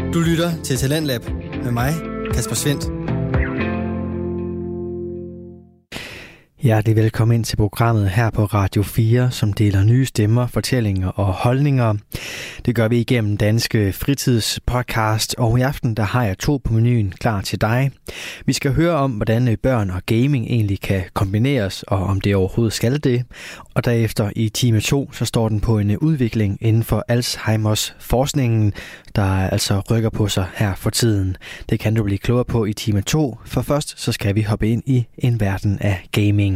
Du lytter til Talentlab med mig, Kasper Svendt. Hjertelig velkommen ind til programmet her på Radio 4, som deler nye stemmer, fortællinger og holdninger. Det gør vi igennem Danske Fritidspodcast, og i aften der har jeg 2 på menuen klar til dig. Vi skal høre om, hvordan børn og gaming egentlig kan kombineres, og om det overhovedet skal det. Og derefter i time 2, så står den på en udvikling inden for Alzheimers forskningen, der altså rykker på sig her for tiden. Det kan du blive klogere på i time 2, for først så skal vi hoppe ind i en verden af gaming.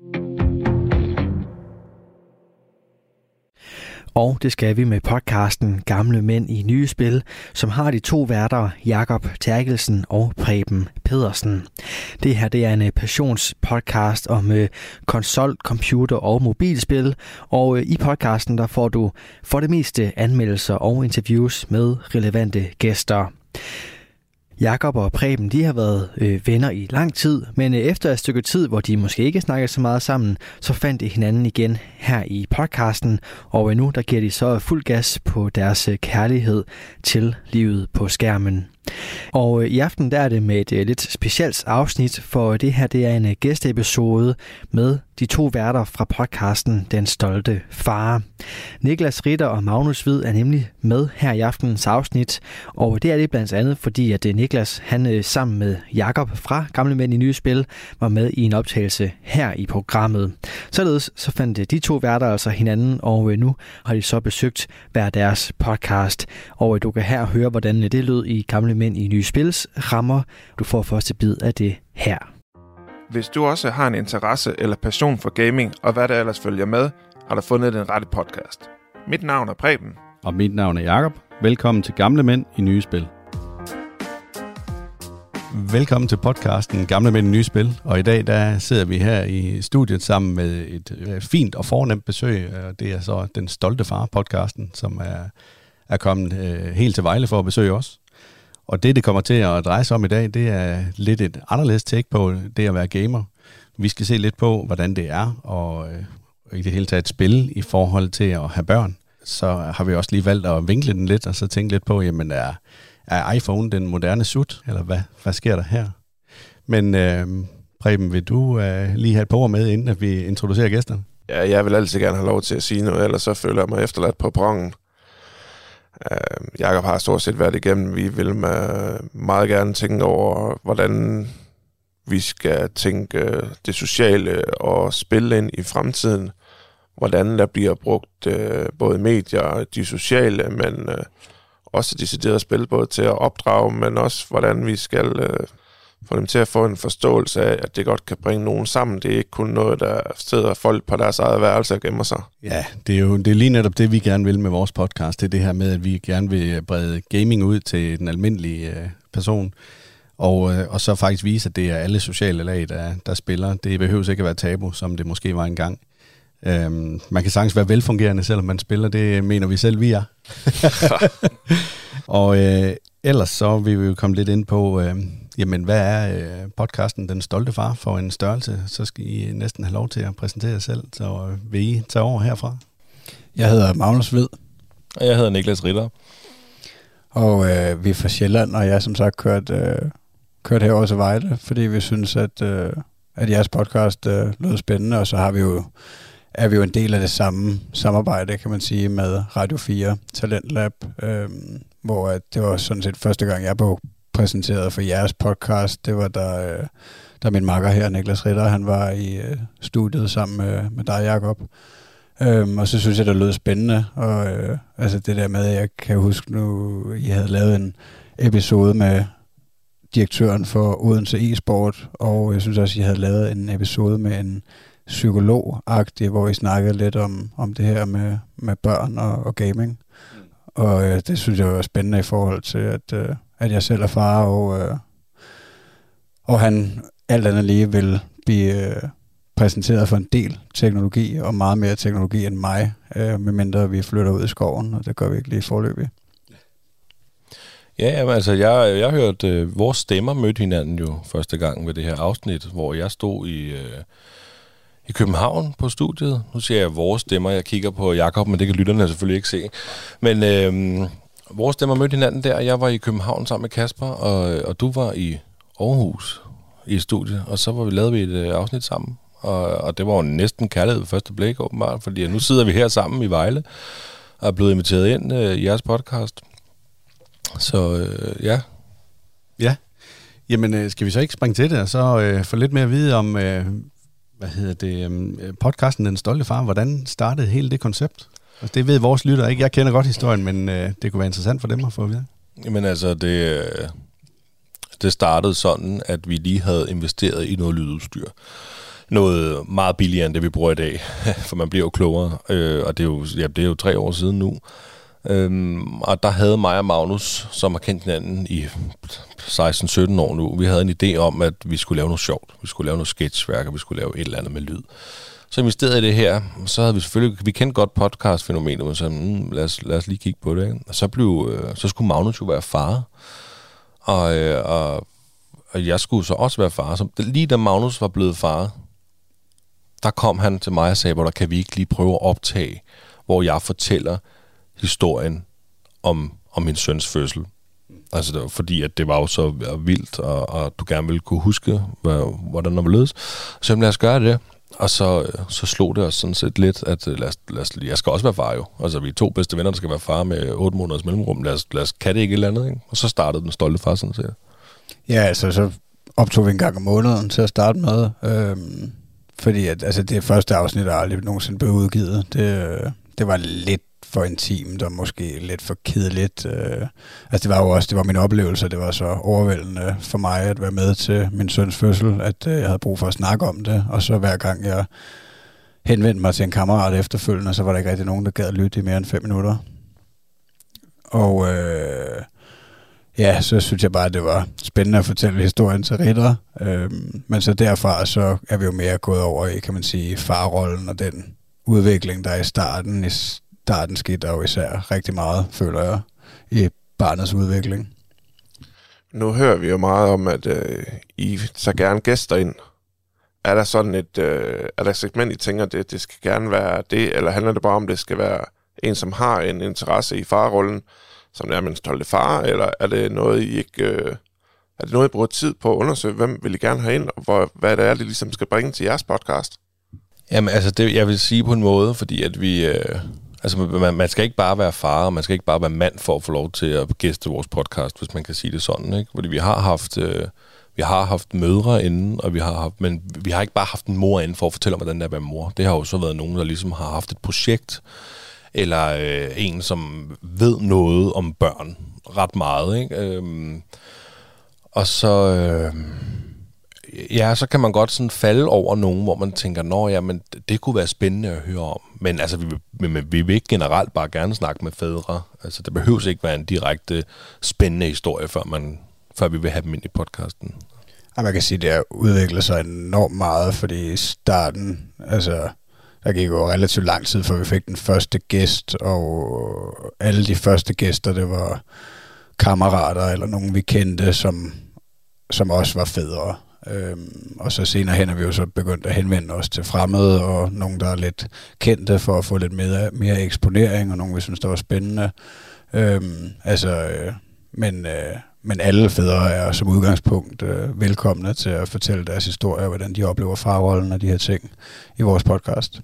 Og det skal vi med podcasten Gamle Mænd i Nye Spil, som har de 2 værter, Jakob Terkelsen og Preben Pedersen. Det her det er en passionspodcast om konsol, computer og mobilspil, og i podcasten der får du for det meste anmeldelser og interviews med relevante gæster. Jakob og Preben, de har været venner i lang tid, men efter et stykke tid, hvor de måske ikke snakkede så meget sammen, så fandt de hinanden igen her i podcasten, og nu der giver de så fuld gas på deres kærlighed til livet på skærmen. Og i aften der er det med et lidt specielt afsnit, for det her det er en gæsteepisode med de 2 værter fra podcasten Den Stolte Far. Niklas Ritter og Magnus Hvid er nemlig med her i aftenens afsnit, og det er det blandt andet fordi, at Niklas han sammen med Jakob fra Gamle Mænd i Nye Spil var med i en optagelse her i programmet. Således så fandt de 2 værter altså hinanden, og nu har de så besøgt hver deres podcast, og du kan her høre, hvordan det lød i Gamle Mænd i Nye Spils rammer. Du får første bid af det her. Hvis du også har en interesse eller passion for gaming, og hvad der ellers følger med, har du fundet den rette podcast. Mit navn er Preben. Og mit navn er Jakob. Velkommen til Gamle Mænd i Nye Spil. Velkommen til podcasten Gamle Mænd i Nye Spil. Og i dag der sidder vi her i studiet sammen med et fint og fornemt besøg. Og det er så Den Stolte Far podcasten, som er kommet helt til Vejle for at besøge os. Og det kommer til at dreje sig om i dag, det er lidt et anderledes take på det at være gamer. Vi skal se lidt på, hvordan det er, og i det hele taget spille i forhold til at have børn. Så har vi også lige valgt at vinkle den lidt, og så tænke lidt på, jamen er iPhone den moderne sut, eller hvad sker der her? Men Preben, vil du lige have et par ord med, inden at vi introducerer gæsterne? Ja, jeg vil altid gerne have lov til at sige noget, ellers så føler jeg mig efterladt på perronen. Jakob har stort set været igennem. Vi vil meget gerne tænke over, hvordan vi skal tænke det sociale og spille ind i fremtiden. Hvordan der bliver brugt både medier, de sociale, men også decideret spil både til at opdrage, men også hvordan vi skal få dem til at få en forståelse af, at det godt kan bringe nogen sammen. Det er ikke kun noget, der sidder folk på deres eget værelse og gemmer sig. Ja, det er lige netop det, vi gerne vil med vores podcast. Det er det her med, at vi gerne vil brede gaming ud til den almindelige person. Og så faktisk vise, at det er alle sociale lag, der spiller. Det behøver ikke at være tabu, som det måske var engang. Man kan sagtens være velfungerende, selvom man spiller. Det mener vi selv, vi er. Og ellers så vil vi jo komme lidt ind på, jamen hvad er podcasten Den Stolte Far for en størrelse? Så skal I næsten have lov til at præsentere jer selv. Så vil I tage over herfra? Jeg hedder Magnus Hvid. Og jeg hedder Niklas Ritter. Og vi er fra Sjælland, og jeg har som sagt kørt herover til Vejle, fordi vi synes, at jeres podcast lød spændende, og så er vi jo en del af det samme samarbejde, kan man sige, med Radio 4 Talentlab, hvor det var sådan set første gang, jeg blev præsenteret for jeres podcast. Det var der min makker her, Niklas Ritter, han var i studiet sammen med dig, Jakob. Og så synes jeg, det lød spændende, og altså det der med, jeg kan huske nu, I havde lavet en episode med direktøren for Odense e-sport, og jeg synes også, I havde lavet en episode med en psykolog-agtig, hvor I snakkede lidt om det her med børn og gaming. Og det synes jeg var spændende i forhold til, at jeg selv er far, og han alt andet lige vil blive præsenteret for en del teknologi, og meget mere teknologi end mig, medmindre vi flytter ud i skoven, og det gør vi ikke lige foreløbig. Ja, jamen, altså jeg hørte vores stemmer mødte hinanden jo første gang ved det her afsnit, hvor jeg stod i København på studiet. Nu ser jeg vores stemmer, jeg kigger på Jakob, men det kan lytterne selvfølgelig ikke se. Men Vores stemmer mødte hinanden der. Jeg var i København sammen med Kasper, og du var i Aarhus i studiet, og så lavede vi et afsnit sammen. Og det var jo næsten kærlighed ved første blik, åbenbart, fordi nu sidder vi her sammen i Vejle, og er blevet inviteret ind i jeres podcast. Så ja. Ja. Jamen, skal vi så ikke springe til det, og så få lidt mere at vide om, podcasten Den Stolte Far. Hvordan startede hele det koncept? Altså, det ved vores lyttere ikke. Jeg kender godt historien, men det kunne være interessant for dem at få at vide. Jamen altså, det startede sådan, at vi lige havde investeret i noget lydudstyr. Noget meget billigere end det, vi bruger i dag, for man bliver jo klogere, og det er jo 3 år siden nu. Og der havde mig og Magnus, som har kendt hinanden i 16-17 år nu, vi havde en idé om, at vi skulle lave noget sjovt. Vi skulle lave noget sketchværk, og vi skulle lave et eller andet med lyd. Så investerede i det her, så havde vi selvfølgelig, vi kendte godt podcast-fænomenet, men så lad os lige kigge på det. Ikke? Og så skulle Magnus jo være far, og jeg skulle så også være far. Så lige da Magnus var blevet far, der kom han til mig og sagde, hvor kan vi ikke lige prøve at optage, hvor jeg fortæller historien om min søns fødsel. Altså det var, fordi at det var jo så vildt, og du gerne ville kunne huske, hvordan der var ledes. Så lad os gøre det. Og så slog det os sådan set lidt, at jeg skal også være far jo. Altså vi er 2 bedste venner, der skal være far med 8 måneders mellemrum. Lad os kan det ikke et eller andet, ikke? Og så startede Den Stolte Far sådan set. Ja, altså så optog vi en gang om måneden til at starte med. Fordi at, altså, det første afsnit, der aldrig nogensinde blev udgivet, det var lidt for intimt og måske lidt for kedeligt. Altså det var jo også, det var min oplevelse, det var så overvældende for mig at være med til min søns fødsel, at jeg havde brug for at snakke om det, og så hver gang jeg henvendte mig til en kammerat efterfølgende, så var der ikke rigtig nogen, der gad lytte i mere end 5 minutter. Og ja, så synes jeg bare, at det var spændende at fortælle historien til Ritter. Men så derfra, så er vi jo mere gået over i, kan man sige, farrollen og den udvikling, der er i starten. I starten skete der jo især rigtig meget, føler jeg, i barnets udvikling. Nu hører vi jo meget om, at I så gerne gæster ind. Er der sådan er der et segment, I tænker, det skal gerne være det, eller handler det bare om, det skal være en, som har en interesse i farrollen, som er min stolte far, eller er det noget, I ikke... Er det noget, I bruger tid på at undersøge? Hvem vil I gerne have ind, og hvad det er, det ligesom skal bringe til jeres podcast? Jamen, altså, det, jeg vil sige på en måde, fordi at vi... altså, man skal ikke bare være far, og man skal ikke bare være mand for at få lov til at gæste vores podcast, hvis man kan sige det sådan, ikke? Fordi vi har haft mødre inden, og men vi har ikke bare haft en mor inden for at fortælle om, hvordan det er at være mor. Det har jo så været nogen, der ligesom har haft et projekt, eller en, som ved noget om børn ret meget, ikke? Og så... ja, så kan man godt sådan falde over nogen, hvor man tænker, nå ja, men det kunne være spændende at høre om. Men altså, vi vil ikke generelt bare gerne snakke med fædre. Altså, det behøves ikke være en direkte spændende historie, før vi vil have dem ind i podcasten. Ja, man kan sige, at det har udviklet sig enormt meget, fordi i starten, altså, der gik jo relativt lang tid, før vi fik den første gæst, og alle de første gæster, det var kammerater eller nogen, vi kendte, som også var fædre. Og så senere hen er vi jo så begyndt at henvende os til fremmede, og nogen, der er lidt kendte for at få lidt mere eksponering, og nogen, vi synes, der var spændende. Men alle fædre er som udgangspunkt velkomne til at fortælle deres historie, hvordan de oplever farrollen og de her ting i vores podcast.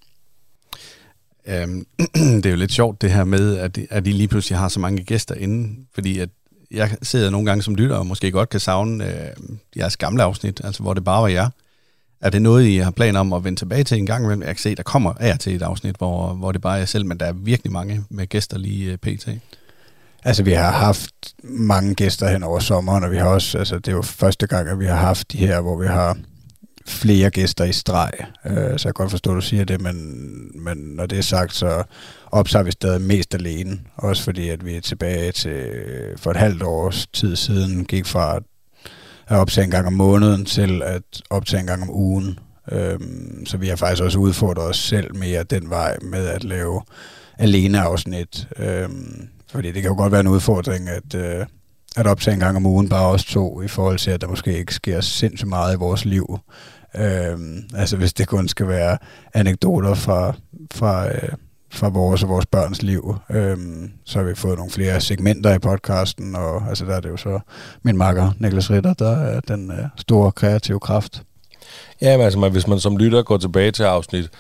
Det er jo lidt sjovt det her med, at I lige pludselig har så mange gæster inde, fordi at jeg sidder nogle gange som lytter, og måske godt kan savne jeres gamle afsnit, altså hvor det bare var jer. Er det noget, I har planer om at vende tilbage til en gang imellem? Jeg kan se, der kommer af til et afsnit, hvor det bare er jer selv, men der er virkelig mange med gæster lige pt. Altså, vi har haft mange gæster hen over sommeren, og vi har også, altså det er jo første gang, at vi har haft de her, hvor vi har flere gæster i streg. Så jeg kan godt forstå, at du siger det, men når det er sagt, så optager vi stadig mest alene. Også fordi, at vi er tilbage til for et halvt års tid siden, gik fra at optage en gang om måneden til at optage en gang om ugen. Så vi har faktisk også udfordret os selv mere den vej med at lave alene afsnit. Fordi det kan jo godt være en udfordring, at optage en gang om ugen bare os to, i forhold til, at der måske ikke sker sindssygt meget i vores liv. Altså hvis det kun skal være anekdoter fra fra vores og vores børns liv. Så har vi fået nogle flere segmenter i podcasten, og altså der er det jo så min makker, Niklas Ritter, der er den store kreative kraft. Ja, men altså, hvis man som lytter går tilbage til afsnit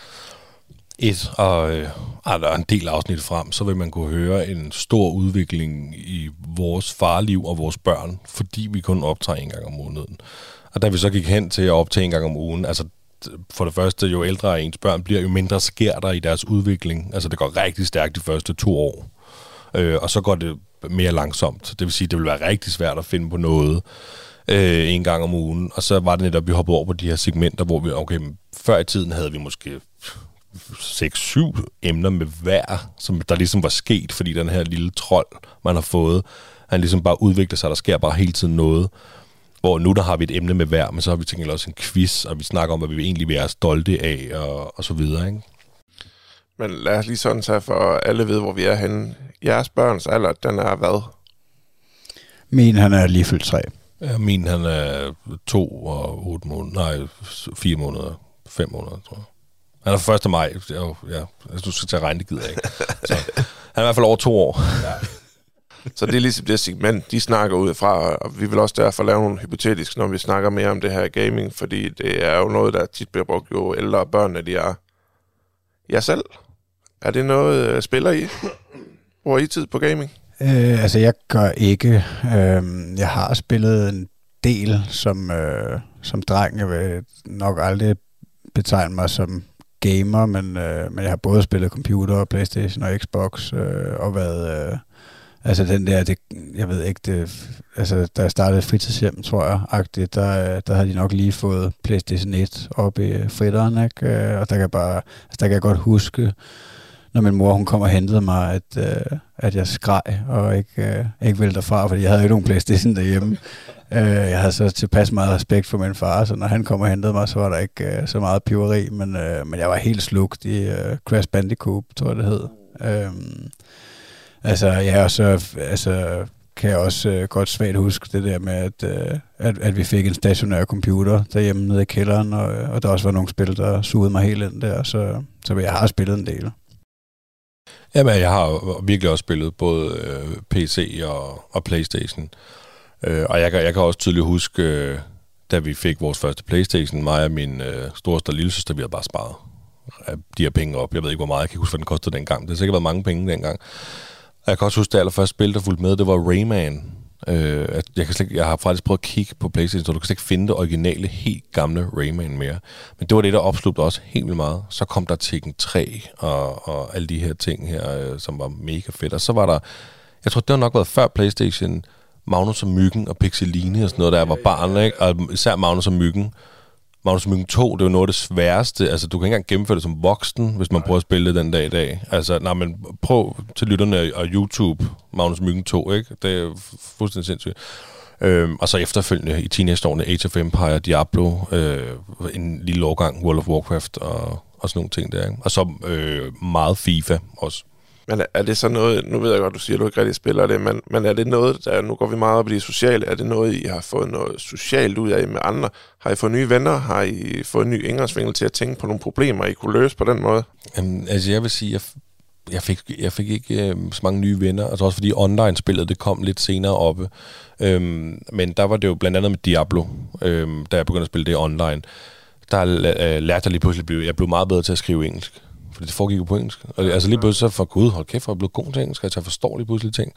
1 og der er en del afsnit frem, så vil man kunne høre en stor udvikling i vores farliv og vores børn, fordi vi kun optager en gang om måneden. Og da vi så gik hen til at optage en gang om ugen, altså for det første, jo ældre ens børn bliver, jo mindre sker der i deres udvikling. Altså det går rigtig stærkt de første 2 år. Og så går det mere langsomt. Det vil sige, det vil være rigtig svært at finde på noget en gang om ugen. Og så var det netop, vi hoppede over på de her segmenter, hvor vi, okay, før i tiden havde vi måske 6-7 emner med hver, som der ligesom var sket, fordi den her lille trold, man har fået, han ligesom bare udvikler sig, der sker bare hele tiden noget. Hvor nu der har vi et emne med hver, men så har vi tænkt også en quiz, og vi snakker om, hvad vi egentlig vil være stolte af, og så videre, ikke? Men lad os lige sådan tage, for alle ved, hvor vi er henne. Jeres børns alder, den er hvad? Min, han er lige fyldt 3. Ja, min, han er 2 og 8 måneder, nej, 4 måneder, 5 måneder, tror jeg. Han er 1. maj, ja, du skal tage regne, det gider jeg ikke. Så, han er i hvert fald over 2 år. Ja. Så det er ligesom det segment, de snakker ud fra, og vi vil også derfor lave nogle hypotetisk, når vi snakker mere om det her gaming, fordi det er jo noget, der tit bliver brugt, jo ældre børnene de er. Jeg selv, er det noget, spiller I? Bruger I tid på gaming? Altså, jeg gør ikke. Jeg har spillet en del som dreng. Jeg vil nok aldrig betegne mig som gamer, men jeg har både spillet computer og PlayStation og Xbox og været... Altså den der, jeg ved ikke, altså da jeg startede fritidshjem, tror jeg, agtigt, der havde de nok lige fået PlayStation 1 op i fritteren, ikke? Og der kan jeg godt huske, når min mor hun kom og hentede mig, at jeg skreg og ikke ville derfra, fordi jeg havde ikke nogen PlayStation derhjemme. Jeg havde så tilpas meget respekt for min far, så når han kom og hentede mig, så var der ikke så meget piveri, men jeg var helt slugt i Crash Bandicoot, tror jeg det hed. Altså, ja, og så kan jeg også godt svagt huske det der med, at vi fik en stationær computer derhjemme nede i kælderen, og der også var nogle spil, der sugede mig helt ind der, så jeg har spillet en del. Jamen, jeg har virkelig også spillet både PC og PlayStation. Og jeg kan også tydeligt huske, da vi fik vores første PlayStation, mig og min storeste og lillesøster, vi havde bare sparet de her penge op. Jeg ved ikke, hvor meget. Jeg kan huske, hvad den kostede dengang. Det har sikkert været mange penge dengang. Jeg kan også huske, det allerførste spil, der fulgte med, det var Rayman. Jeg har faktisk prøvet at kigge på PlayStation, så du kan slet ikke finde det originale, helt gamle Rayman mere. Men det var det, der opslugte også helt vildt meget. Så kom der Tekken 3 og alle de her ting her, som var mega fedt. Og så var der, jeg tror, det har nok været før PlayStation, Magnus og Myggen og Pixeline og sådan noget, da jeg var barn, ikke? Og især Magnus og Myggen. Magnus og Myggen 2, det er jo noget af det sværeste. Altså, du kan ikke engang gennemføre det som voksen, hvis man prøver at spille det den dag i dag. Altså, nej, men prøv til lytterne og YouTube, Magnus og Myggen 2, ikke? Det er fuldstændig sindssygt. Og så efterfølgende i teenage-årene Age of Empire, Diablo, en lille årgang, World of Warcraft og sådan nogle ting der, ikke? Og så meget FIFA også. Men er det så noget, nu ved jeg godt, du siger, at du ikke rigtig spiller det, men er det noget, der, nu går vi meget op i det sociale, er det noget, I har fået noget socialt ud af med andre? Har I fået nye venner? Har I fået en ny indgangsvinkel til at tænke på nogle problemer, I kunne løse på den måde? Altså jeg vil sige, jeg fik ikke så mange nye venner, altså også fordi online-spillet, det kom lidt senere oppe. Men der var det jo blandt andet med Diablo, da jeg begyndte at spille det online. Der lærte jeg lige pludselig, jeg blev meget bedre til at skrive engelsk. Fordi det foregik jo på engelsk. Og altså lige pludselig så for gud, hold kæft, for jeg blev god til engelsk, jeg forstår lige pludselig ting.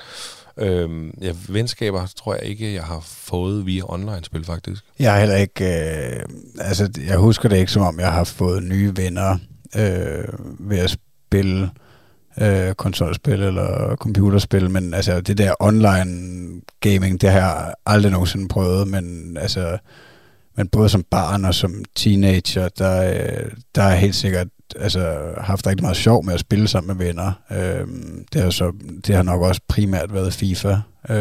Venskaber tror jeg ikke, jeg har fået via online-spil, faktisk. Jeg har heller ikke... altså, jeg husker det ikke, som om jeg har fået nye venner ved at spille konsolspil eller computerspil, men altså det der online gaming, det har jeg aldrig nogensinde prøvet, men altså... Men både som barn og som teenager, der er helt sikkert haft rigtig meget sjov med at spille sammen med venner. Det har nok også primært været FIFA.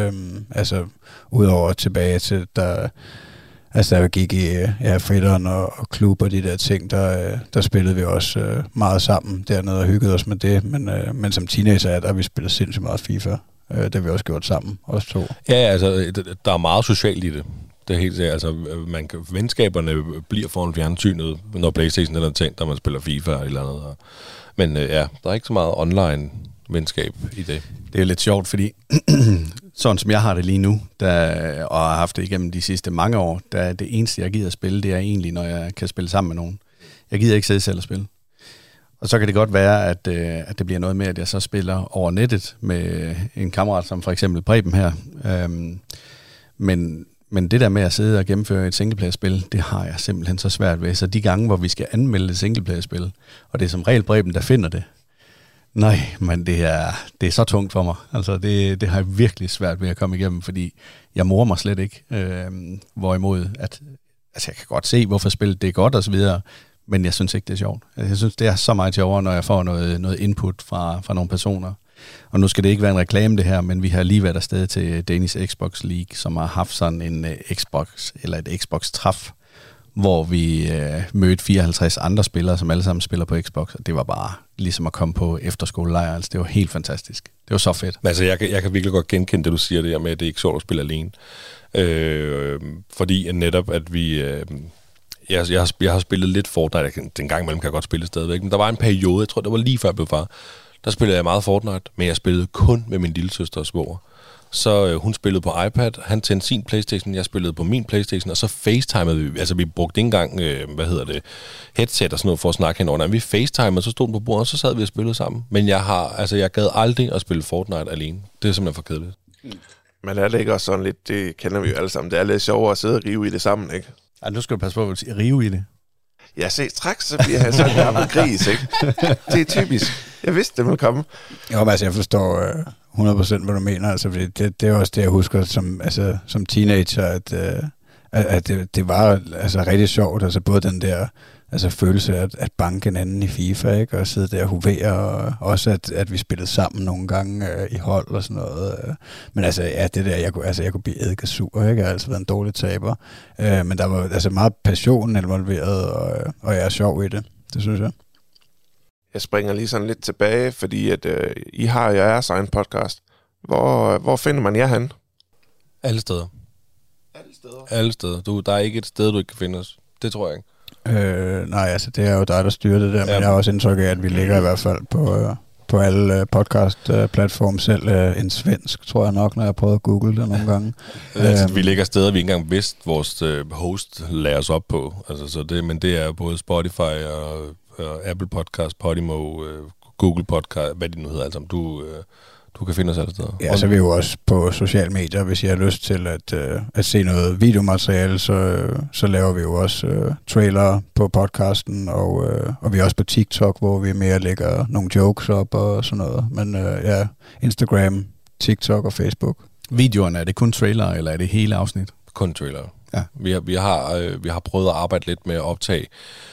Udover tilbage til, da jeg gik i fritteren og klub og de der ting, der spillede vi også meget sammen dernede og hyggede os med det. Men som teenager, der har vi spillet sindssygt meget FIFA. Det har vi også gjort sammen, os to. Ja, altså, der er meget socialt i det. Det er helt sikkert. Altså, venskaberne bliver foran fjernsynet, når PlayStation eller tænkt, når man spiller FIFA eller andet. Men der er ikke så meget online venskab i det. Det er lidt sjovt, fordi sådan som jeg har det lige nu, og har haft det igennem de sidste mange år, der det eneste, jeg gider at spille, det er egentlig, når jeg kan spille sammen med nogen. Jeg gider ikke sidde selv og spille. Og så kan det godt være, at det bliver noget med, at jeg så spiller over nettet med en kammerat, som for eksempel Preben her. Men det der med at sidde og gennemføre et singleplayerspil, det har jeg simpelthen så svært ved. Så de gange, hvor vi skal anmelde et singleplayerspil, og det er som regel Preben, der finder det, nej, men det er så tungt for mig. Altså, det har jeg virkelig svært ved at komme igennem, fordi jeg morer mig slet ikke. Hvorimod, jeg kan godt se, hvorfor spillet det er godt og så videre, men jeg synes ikke, det er sjovt. Jeg synes, det er så meget sjovere, når jeg får noget input fra nogle personer. Og nu skal det ikke være en reklame, det her, men vi har lige været afsted til Danish Xbox League, som har haft sådan en Xbox, eller et Xbox-træf, hvor vi mødte 54 andre spillere, som alle sammen spiller på Xbox, og det var bare ligesom at komme på efterskolelejr. Altså, det var helt fantastisk. Det var så fedt. Altså, jeg kan virkelig godt genkende det, du siger det her med, at det er ikke sjovt at spille alene. Fordi netop, at vi... Jeg har spillet lidt Fortnite. Den gang imellem kan jeg godt spille stadigvæk, men der var en periode, jeg tror, det var lige før jeg blev far, der spillede jeg meget Fortnite, men jeg spillede kun med min lille søster og svoger. Så hun spillede på iPad, han tændte sin PlayStation, jeg spillede på min PlayStation, og så facetimede vi. Altså, vi brugte ikke engang, headset og sådan noget for at snakke henover. Når vi facetimede, så stod den på bordet, og så sad vi og spillede sammen. Men jeg gad aldrig at spille Fortnite alene. Det er simpelthen for kedeligt. Men er det ikke også sådan lidt, det kender vi jo alle sammen, det er lidt sjovere at sidde og rive i det sammen, ikke? Ja, nu skal du passe på at rive i det. Ja, se, straks så bliver han sådan en gammel gris, ikke? Det er typisk. Jeg vidste, det ville komme. Jo, men altså, jeg forstår 100% hvad du mener, altså, fordi det er også det, jeg husker som teenager, at det var altså rigtig sjovt, altså både den der følelse at banke en anden i FIFA, ikke, og sidde der og hovere, og også at vi spillede sammen nogle gange i hold og sådan noget. Men altså, ja, det der, jeg kunne blive eddikesur, ikke? Jeg har altid været en dårlig taber. Men der var altså meget passion involveret, og jeg er sjov i det. Det synes jeg. Jeg springer lige sådan lidt tilbage, fordi at I har jeres egen podcast. Hvor finder man jer hen? Alle steder. Alle steder. Der er ikke et sted, du ikke kan finde os. Det tror jeg ikke. Nej, altså det er jo dig, der styrer det der, men jeg har også indtryk af, at vi ligger i hvert fald på alle podcast-platforme, selv en svensk, tror jeg nok, når jeg prøver at google det nogle gange. Vi ligger steder, vi ikke engang vidste, vores host lader os op på. Altså, men det er både Spotify og Apple Podcast, Podimo, Google Podcast, hvad det nu hedder. Altså, du kan finde os alle steder. Ja, så er vi jo også på sociale medier. Hvis I har lyst til at se noget videomateriale, så laver vi jo også trailer på podcasten, og vi er også på TikTok, hvor vi mere lægger nogle jokes op og sådan noget. Men Instagram, TikTok og Facebook. Videoerne, er det kun trailer, eller er det hele afsnit? Kun trailer. Ja. Vi har prøvet at arbejde lidt med at optage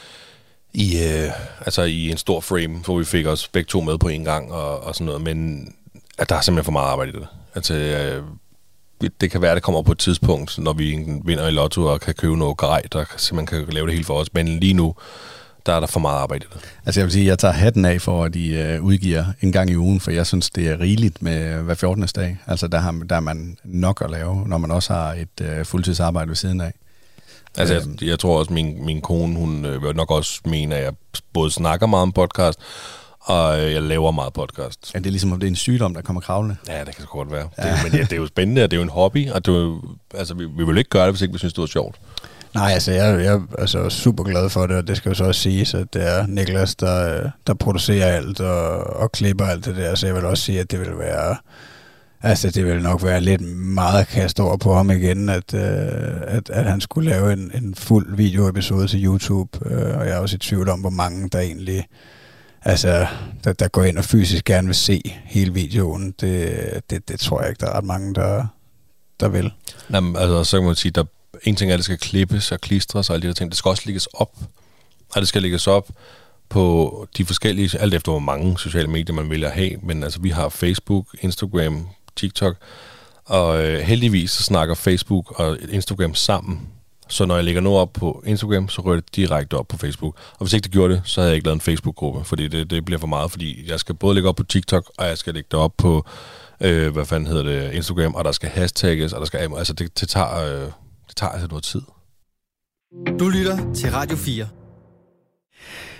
i en stor frame, hvor vi fik os begge to med på en gang og sådan noget, men at der er simpelthen for meget arbejde i det. Altså, det kan være, at det kommer på et tidspunkt, når vi vinder i Lotto og kan købe noget grej, der simpelthen kan lave det hele for os. Men lige nu, der er der for meget arbejde i det. Altså, jeg vil sige, at jeg tager hatten af for, at de udgiver en gang i ugen, for jeg synes, det er rigeligt med hver 14. dag. Altså, der er man nok at lave, når man også har et fuldtidsarbejde ved siden af. Altså, jeg tror også, min kone, hun vil nok også mene, at jeg både snakker meget om podcast, og jeg laver meget podcast. Ja, det er ligesom, om det er en sygdom, der kommer kravlende. Ja, det kan så godt være. Ja. Men det er jo spændende, og det er jo en hobby, og vi vil ikke gøre det, hvis ikke vi synes, det var sjovt. Nej, altså jeg er altså super glad for det, og det skal jo så også siges, at det er Niklas, der producerer alt og klipper alt det der, så jeg vil også sige, at det vil være... Altså, det vil nok være lidt meget kast over på ham igen, at han skulle lave en fuld videoepisode til YouTube, og jeg er også i tvivl om, hvor mange der egentlig, altså, der går ind og fysisk gerne vil se hele videoen. Det tror jeg ikke, der er ret mange, der vil. Jamen, altså, så kan man sige, der en ting er, at det skal klippes og klistres og alle de der ting. Det skal også lægges op, og det skal lægges op på de forskellige, alt efter hvor mange sociale medier man vælger at have, men altså, vi har Facebook, Instagram, TikTok, og heldigvis så snakker Facebook og Instagram sammen. Så når jeg lægger noget op på Instagram, så rører det direkte op på Facebook. Og hvis ikke det gjorde det, så havde jeg ikke lavet en Facebook-gruppe, fordi det bliver for meget, fordi jeg skal både lægge op på TikTok, og jeg skal lægge det op på, Instagram, og der skal hashtagges, og der skal, altså det tager altså noget tid. Du lytter til Radio 4.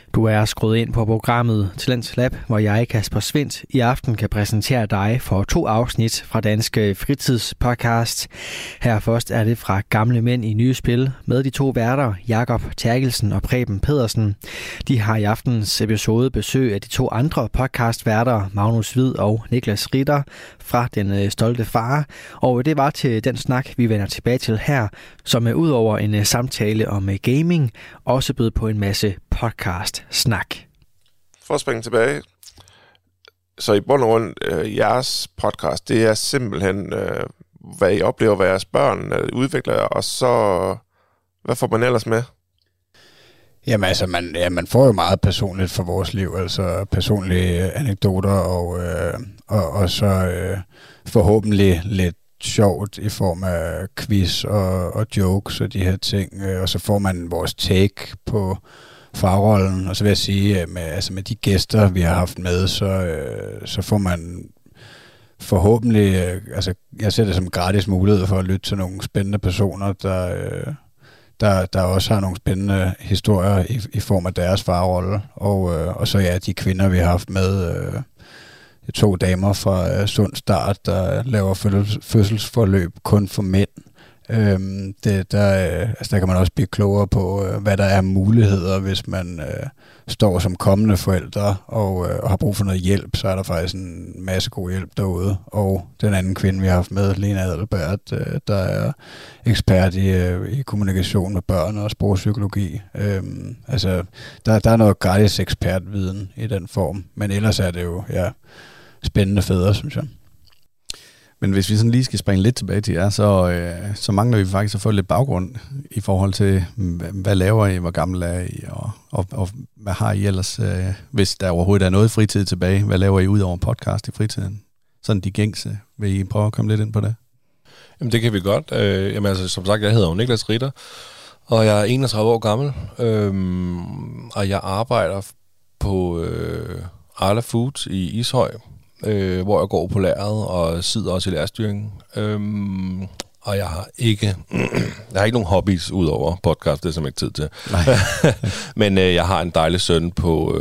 Du er skruet ind på programmet Talents Lab, hvor jeg, Kasper Svindt, i aften kan præsentere dig for 2 afsnit fra Danske Fritidspodcast. Her først er det fra Gamle Mænd i Nye Spil med de 2 værter, Jakob Terkelsen og Preben Pedersen. De har i aftens episode besøg af de 2 andre podcastværter, Magnus Hvid og Niklas Ritter fra Den Stolte Far. Og det var til den snak, vi vender tilbage til her, som er ud over en samtale om gaming, også bød på en masse podcast-snak. For at springe tilbage, så i bund og grund, jeres podcast, det er simpelthen, hvad I oplever, hvad jeres børn udvikler, og så, hvad får man ellers med? Jamen altså, man får jo meget personligt for vores liv, altså personlige anekdoter, og så forhåbentlig lidt sjovt i form af quiz og jokes og de her ting, og så får man vores take på farrollen, og så vil jeg sige, med de gæster, vi har haft med, så får man forhåbentlig, jeg ser det som gratis mulighed for at lytte til nogle spændende personer, der også har nogle spændende historier i form af deres farrolle, og så de kvinder, vi har haft med, 2 damer fra Sund Start, der laver fødselsforløb kun for mænd. Der kan man også blive klogere på, hvad der er muligheder, hvis man står som kommende forældre og har brug for noget hjælp, så er der faktisk en masse god hjælp derude. Og den anden kvinde, vi har haft med, Lena Adelbert, der er ekspert i kommunikation med børn og sprogpsykologi. Der er noget gratis ekspertviden i den form, men ellers er det jo spændende fædre, synes jeg. Men hvis vi sådan lige skal springe lidt tilbage til jer, så mangler vi faktisk at få lidt baggrund i forhold til, hvad laver I, hvor gammel er I, og hvad har I ellers, hvis der overhovedet er noget fritid tilbage, hvad laver I ud over podcast i fritiden? Sådan de gængse. Vil I prøve at komme lidt ind på det? Jamen det kan vi godt. Som sagt, jeg hedder Niklas Ritter, og jeg er 31 år gammel, og jeg arbejder på Arla Foods i Ishøj, hvor jeg går på lærret og sidder også i lærerstyringen. Og jeg har ikke nogen hobbies ud over podcast, det er simpelthen ikke tid til. Men jeg har en dejlig søn på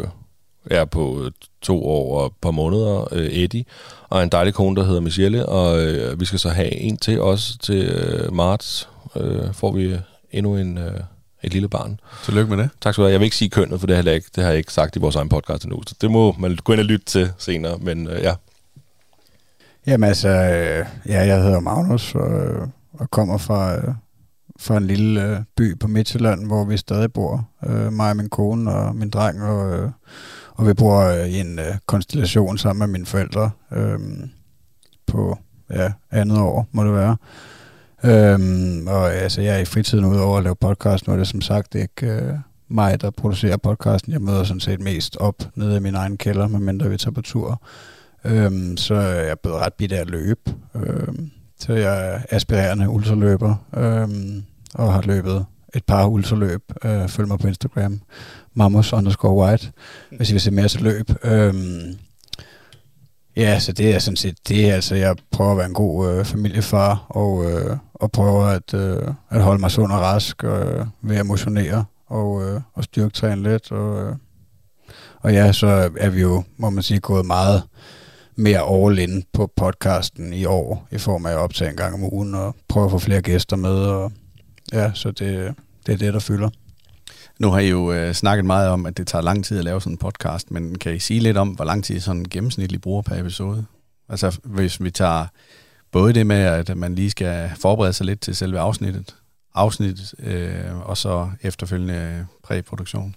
2 år og et par måneder, Eddie, og en dejlig kone, der hedder Michelle, og vi skal så have en til også til marts. Får vi endnu et lille barn. Tillykke med det. Tak skal du have. Jeg vil ikke sige kønnet, for det har jeg ikke sagt i vores egen podcast endnu. Så det må man gå ind og lytte til senere, men ja. Jamen jeg hedder Magnus og kommer fra en lille by på Midtjylland, hvor vi stadig bor. Mig og min kone og min dreng, og vi bor i en konstellation sammen med mine forældre på 2. år, må det være. Jeg er i fritiden udover at lave podcast. Nu er det som sagt ikke mig, der producerer podcasten. Jeg møder sådan set mest op nede i min egen kælder, medmindre vi tager på tur. Så jeg er blevet ret bidt af at løbe. Så jeg er aspirerende ultraløber, og har løbet et par ultraløb. Følg mig på Instagram, Mamos_white, hvis I vil se mere til løb. Så det er sådan set det. Altså, jeg prøver at være en god familiefar, og prøver at holde mig sund og rask ved at motionere og styrketræne lidt. Så er vi jo, må man sige, gået meget mere all in på podcasten i år, i form af at optage en gang om ugen og prøve at få flere gæster med. Så det er det, der fylder. Nu har I jo snakket meget om, at det tager lang tid at lave sådan en podcast, men kan I sige lidt om, hvor lang tid sådan gennemsnitligt bruger per episode? Altså hvis vi tager både det med, at man lige skal forberede sig lidt til selve afsnittet, og så efterfølgende præproduktion.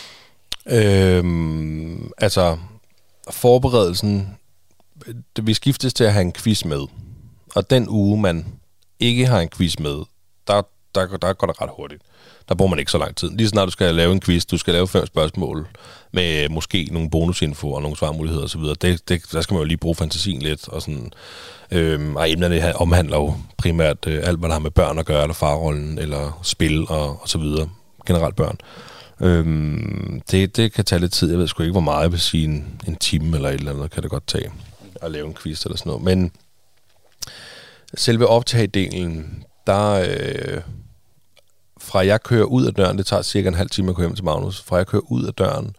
Forberedelsen, vi skiftes til at have en quiz med, og den uge, man ikke har en quiz med, der går det ret hurtigt. Der bruger man ikke så lang tid. Lige snart du skal lave en quiz, du skal lave 5 spørgsmål med måske nogle bonusinfo og nogle svarmuligheder osv. Der skal man jo lige bruge fantasien lidt. Og sådan, emnerne omhandler jo primært alt, hvad der har med børn at gøre, eller farrollen, eller spil og så videre. Generelt børn. Det kan tage lidt tid. Jeg ved sgu ikke, hvor meget jeg vil sige en time eller et eller andet kan det godt tage at lave en quiz eller sådan noget. Men selve optagedelen, der fra jeg kører ud af døren, det tager cirka en halv time at køre hjem til Magnus, fra jeg kører ud af døren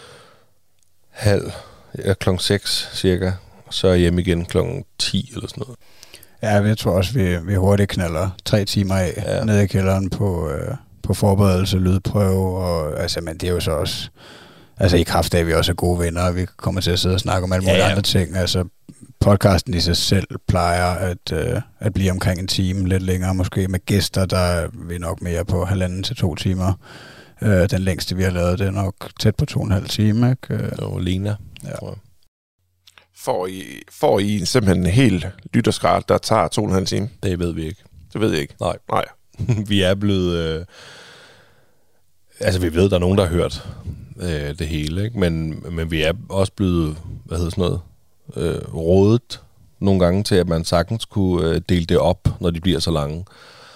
klokken 6 cirka, så er jeg hjemme igen klokken 10 eller sådan noget. Ja, jeg tror også, vi hurtigt knaller 3 timer af nede i kælderen på forberedelse, lydprøve, og altså, men det er jo så også, altså i kraft af, at vi også er gode venner, og vi kommer til at sidde og snakke om alle mulige andre ting. Altså podcasten i sig selv plejer at blive omkring en time, lidt længere måske. Med gæster, der er vi nok mere på 1,5 til 2 timer. Den længste, vi har lavet, det er nok tæt på 2,5 timer. Og Lena, tror jeg. Får I simpelthen en hel lytterskrat, der tager 2,5 timer? Det ved vi ikke. Det ved jeg ikke. Nej. Vi er blevet... altså, vi ved, der er nogen, der har hørt det hele, ikke? Men vi er også blevet, rådet nogle gange til, at man sagtens kunne dele det op, når de bliver så lange.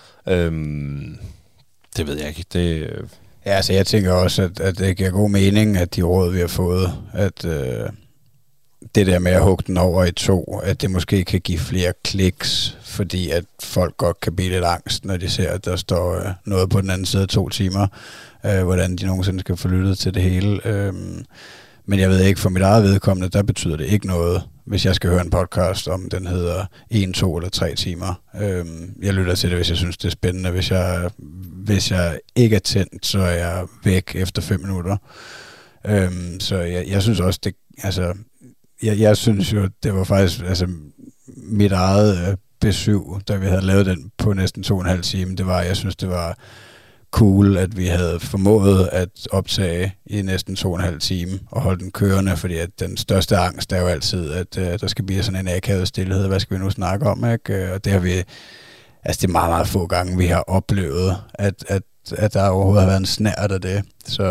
Det ved jeg ikke. Ja, altså jeg tænker også, at det giver god mening, at de råd, vi har fået, at det der med at hugge den over i 2, at det måske kan give flere kliks, fordi at folk godt kan blive lidt angst, når de ser, at der står noget på den anden side af 2 timer, hvordan de nogensinde skal få lyttet til det hele. Men jeg ved ikke, for mit eget vedkommende, der betyder det ikke noget, hvis jeg skal høre en podcast, om den hedder 1, 2 eller 3 timer. Jeg lytter til det, hvis jeg synes, det er spændende. Hvis jeg ikke er tændt, så er jeg væk efter 5 minutter. Så jeg synes også, det, altså, jeg synes jo, det var faktisk altså, mit eget besøg, da vi havde lavet den på næsten 2,5 timer. Det var, jeg synes, det var cool, at vi havde formået at optage i næsten 2,5 timer og holde den kørende, fordi at den største angst er jo altid, at der skal blive sådan en akavet stillhed. Hvad skal vi nu snakke om, ikke? Og det har vi, altså det er meget, meget få gange, vi har oplevet, at der overhovedet har været en snært af det.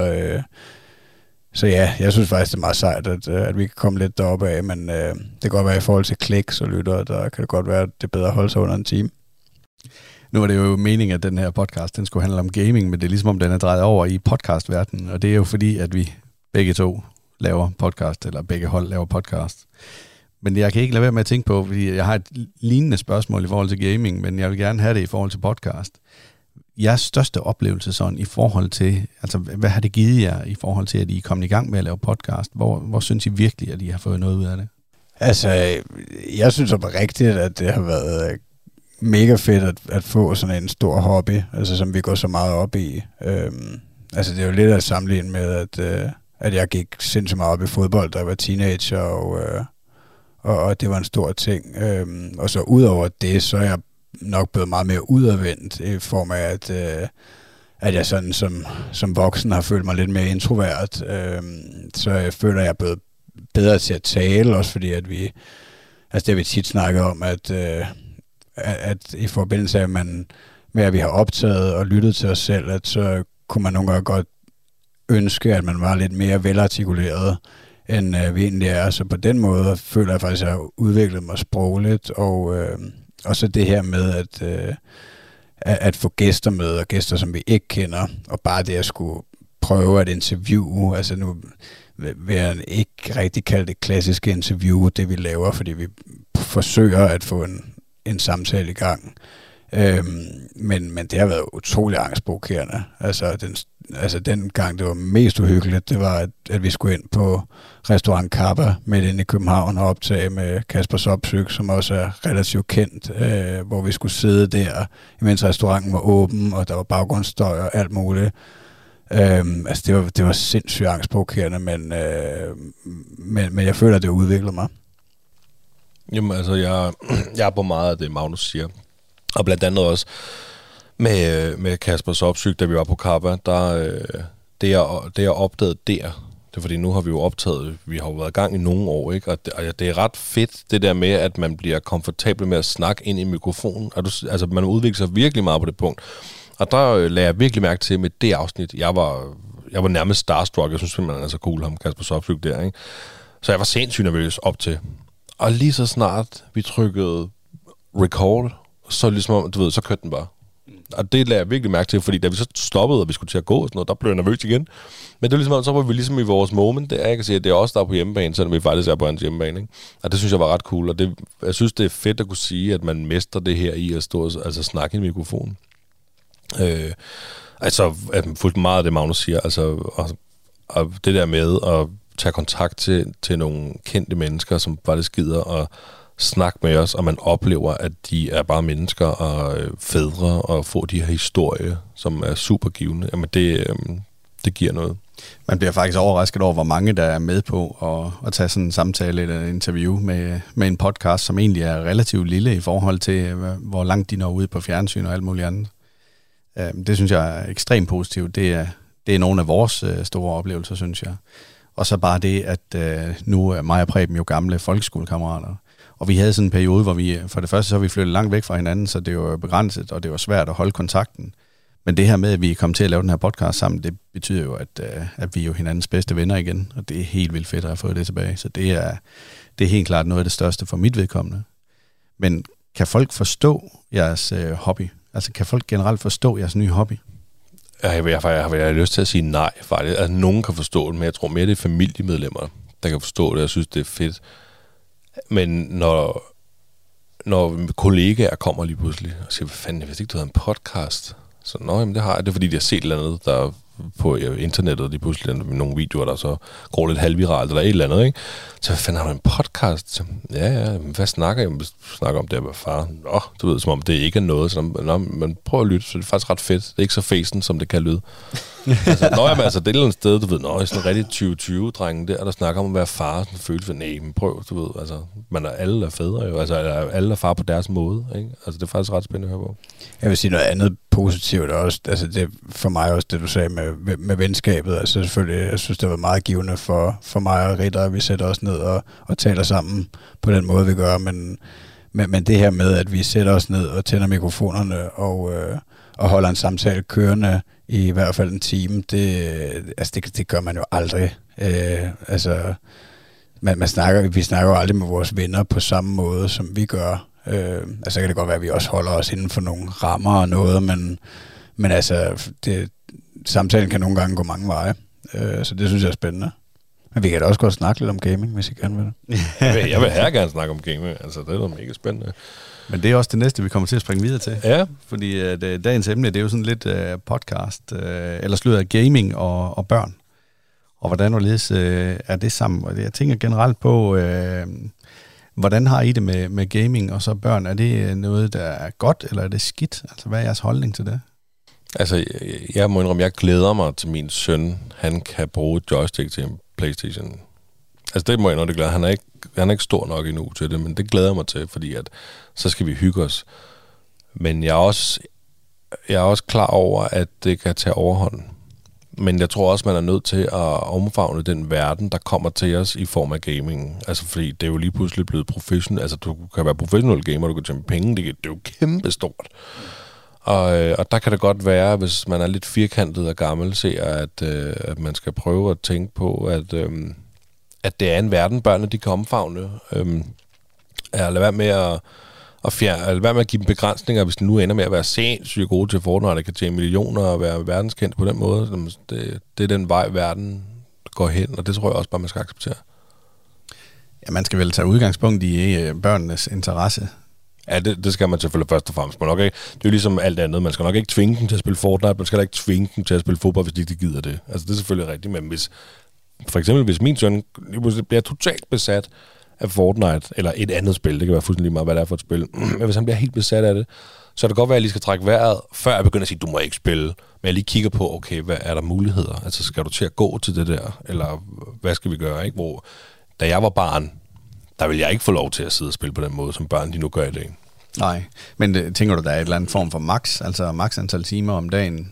Så ja, jeg synes faktisk, det er meget sejt, at vi kan komme lidt deroppe af, men det kan godt være i forhold til kliks og lytter, der kan det godt være, at det er bedre at holde sig under en time. Nu var det jo meningen, at den her podcast, den skulle handle om gaming, men det er ligesom om, den er drejet over i podcastverdenen, og det er jo fordi, at vi begge to laver podcast, eller begge hold laver podcast. Men jeg kan ikke lade være med at tænke på, fordi jeg har et lignende spørgsmål i forhold til gaming, men jeg vil gerne have det i forhold til podcast. Jeres største oplevelse sådan i forhold til, altså hvad har det givet jer i forhold til, at I er kommet i gang med at lave podcast? Hvor synes I virkelig, at I har fået noget ud af det? Altså, jeg synes oprigtigt, at det har været mega fedt at få sådan en stor hobby, altså som vi går så meget op i. Altså det er jo lidt at sammenligne med, at jeg gik sindssygt meget op i fodbold, da jeg var teenager, og det var en stor ting. Og så ud over det, så er jeg nok blevet meget mere udadvendt i form af, at jeg sådan som voksen har følt mig lidt mere introvert. Så jeg føler, at jeg er blevet bedre til at tale, også fordi at vi, altså det har vi tit snakket om, at i forbindelse med at vi har optaget og lyttet til os selv, at så kunne man nogle gange godt ønske, at man var lidt mere velartikuleret, end vi egentlig er. Så på den måde føler jeg faktisk, at jeg har udviklet mig sprogligt, og så det her med at få gæster med, og gæster, som vi ikke kender, og bare det at skulle prøve at interviewe, altså nu vil jeg ikke rigtig kalde det klassiske interview, det vi laver, fordi vi forsøger at få en samtale i gang. Men det har været utrolig angstprovokerende. Altså den gang, det var mest uhyggeligt, det var, at vi skulle ind på restaurant Kappa midt inde i København og optage med Kasper Sopsyk, som også er relativt kendt, hvor vi skulle sidde der, imens restauranten var åben, og der var baggrundsstøj og alt muligt. Altså det var sindssygt angstprovokerende, men jeg føler, at det udviklede mig. Jamen altså, jeg er på meget af det, Magnus siger. Og blandt andet også med Kasper Sopsyk, da vi var på Kappa, det jeg opdagede der, det er fordi nu har vi jo optaget, vi har jo været i gang i nogle år, ikke? Og det er ret fedt, det der med, at man bliver komfortabel med at snakke ind i mikrofonen. Altså man udvikler sig virkelig meget på det punkt. Og der lagde jeg virkelig mærke til med det afsnit, jeg var nærmest starstruck, jeg synes simpelthen, han er så cool, ham Kasper Sopsyk der, ikke? Så jeg var sindssygt nervøs op til. Og lige så snart vi trykkede record, så ligesom, du ved, så kørte den bare. Og det lagde jeg virkelig mærke til, fordi da vi så stoppede, og vi skulle til at gå og sådan noget, der blev jeg nervøs igen. Men det var ligesom, så var vi ligesom i vores moment der, jeg kan sige, at det er også der på hjemmebane, selvom vi faktisk er på hans hjemmebane, ikke? Og det synes jeg var ret cool, og jeg synes, det er fedt at kunne sige, at man mestrer det her i at stå og snakke i mikrofonen. Altså, fuldt meget af det, Magnus siger, altså, og det der med at tage kontakt til nogle kendte mennesker, som faktisk gider at snakke med os, og man oplever, at de er bare mennesker og fædre, og få de her historier, som er super givende, jamen det giver noget. Man bliver faktisk overrasket over, hvor mange der er med på at tage sådan en samtale eller et interview med en podcast, som egentlig er relativt lille i forhold til, hvor langt de når ud på fjernsyn og alt muligt andet. Det synes jeg er ekstremt positivt. Det er nogle af vores store oplevelser, synes jeg. Og så bare det, at nu er mig og Preben jo gamle folkeskolekammerater. Og vi havde sådan en periode, hvor vi, for det første så vi flyttet langt væk fra hinanden, så det var begrænset, og det var svært at holde kontakten. Men det her med, at vi kom til at lave den her podcast sammen, det betyder jo, at vi er jo hinandens bedste venner igen, og det er helt vildt fedt at have fået det tilbage. Så det er helt klart noget af det største for mit vedkommende. Men kan folk forstå jeres hobby? Altså kan folk generelt forstå jeres nye hobby? Jeg har lyst til at sige nej, faktisk. Altså, nogen kan forstå det, men jeg tror mere, det er familiemedlemmer, der kan forstå det. Jeg synes, det er fedt. Men når kollegaer kommer lige pludselig og siger, hvad fanden, jeg vidste ikke, du havde en podcast. Så jamen, det har jeg. Det er, fordi de har set et eller andet, der på internettet, de pludselig med nogle videoer, der så går lidt halvviralt, eller et eller andet, ikke? Så hvad fanden, har du en podcast? Så, ja, hvad snakker jeg om? Jeg snakker om det med far. Du ved, som om det ikke er noget. Så man prøver at lytte, så det er faktisk ret fedt. Det er ikke så fæsen, som det kan lyde. Altså, det er et eller andet sted, du ved, sådan en rigtig 2020-drengen der snakker om at være far, sådan en følelse af, nej, men prøv, du ved, altså, alle er fædre jo, altså, alle er far på deres måde, ikke? Altså, det er faktisk ret spændende at høre på. Jeg vil sige noget andet positivt også, altså det for mig også, det du sagde med venskabet, altså selvfølgelig, jeg synes, det var meget givende for mig og Ritter, at vi sætter os ned og taler sammen på den måde, vi gør, men det her med, at vi sætter os ned og tænder mikrofonerne og holder en samtale kørende i hvert fald en time, det gør man jo aldrig. Vi snakker jo aldrig med vores venner på samme måde, som vi gør. Altså kan det godt være, at vi også holder os inden for nogle rammer og noget, men altså, samtalen kan nogle gange gå mange veje. Så det synes jeg er spændende. Men vi kan da også godt snakke lidt om gaming, hvis I gerne vil det. Jeg vil her gerne snakke om gaming. Altså, det er mega spændende. Men det er også det næste, vi kommer til at springe videre til. Ja. Fordi dagens emne, det er jo sådan lidt podcast, eller slutter af gaming og børn. Og hvordan er det sammen? Og jeg tænker generelt på, hvordan har I det med gaming og så børn? Er det noget, der er godt, eller er det skidt? Altså, hvad er jeres holdning til det? Altså, jeg må indrømme, jeg glæder mig til min søn, han kan bruge joystick til en PlayStation. Altså, det må jeg indrømme, det glæder. Han er ikke stor nok endnu til det, men det glæder jeg mig til, fordi at så skal vi hygge os. Men jeg er også klar over, at det kan tage overhånd. Men jeg tror også, man er nødt til at omfavne den verden, der kommer til os i form af gaming. Altså, fordi det er jo lige pludselig blevet professionelt. Altså, du kan være professionel gamer, du kan tjene penge, det er jo kæmpestort. Og der kan det godt være, hvis man er lidt firkantet og gammel, ser, at man skal prøve at tænke på, at det er en verden, børnene de kan omfavne. Lad være med at give dem begrænsninger, hvis de nu ender med at være sindssygt gode til Fortnite, og kan tjene millioner og være verdenskendt på den måde. Det er den vej, verden går hen, og det tror jeg også bare, man skal acceptere. Ja, man skal vel tage udgangspunkt i børnenes interesse. Ja, det skal man selvfølgelig først og fremmest. Det er jo ligesom alt andet. Man skal nok ikke tvinge dem til at spille Fortnite, man skal ikke tvinge dem til at spille fodbold, hvis de ikke gider det. Altså, det er selvfølgelig rigtigt, men hvis min søn bliver totalt besat af Fortnite, eller et andet spil, det kan være fuldstændig lige meget, hvad det er for et spil, men hvis han bliver helt besat af det, så er det godt være, at jeg lige skal trække vejret, før jeg begynder at sige, du må ikke spille, men jeg lige kigger på, okay, hvad er der muligheder? Altså, skal du til at gå til det der, eller hvad skal vi gøre, ikke? Hvor, da jeg var barn, der ville jeg ikke få lov til at sidde og spille på den måde, som børn de nu gør i dag. Nej, men tænker du, der er et eller andet form for max antal timer om dagen?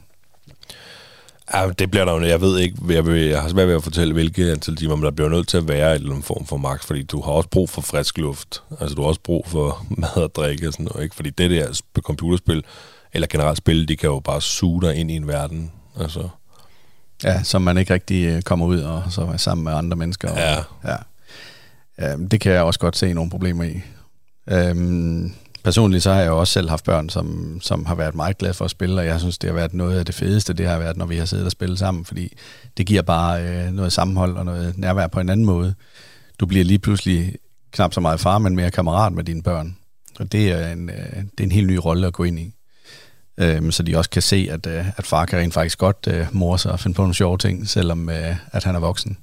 Ja, det bliver der jo, jeg ved ikke, jeg har svært ved at fortælle, hvilke antal timer, men der bliver nødt til at være et eller andet form for max, fordi du har også brug for frisk luft. Altså, du har også brug for mad og drikke og sådan noget, ikke? Fordi det der computerspil, eller generelt spil, de kan jo bare suge dig ind i en verden, altså. Ja, som man ikke rigtig kommer ud og så er sammen med andre mennesker. Ja. Det kan jeg også godt se nogle problemer i. Personligt så har jeg jo også selv haft børn, som har været meget glade for at spille, og jeg synes, det har været noget af det fedeste, det har været, når vi har siddet og spillet sammen, fordi det giver bare noget sammenhold og noget nærvær på en anden måde. Du bliver lige pludselig knap så meget far, men mere kammerat med dine børn, og det er en helt ny rolle at gå ind i. så de også kan se, at far kan rent faktisk godt more sig og finde på nogle sjove ting, selvom at han er voksen.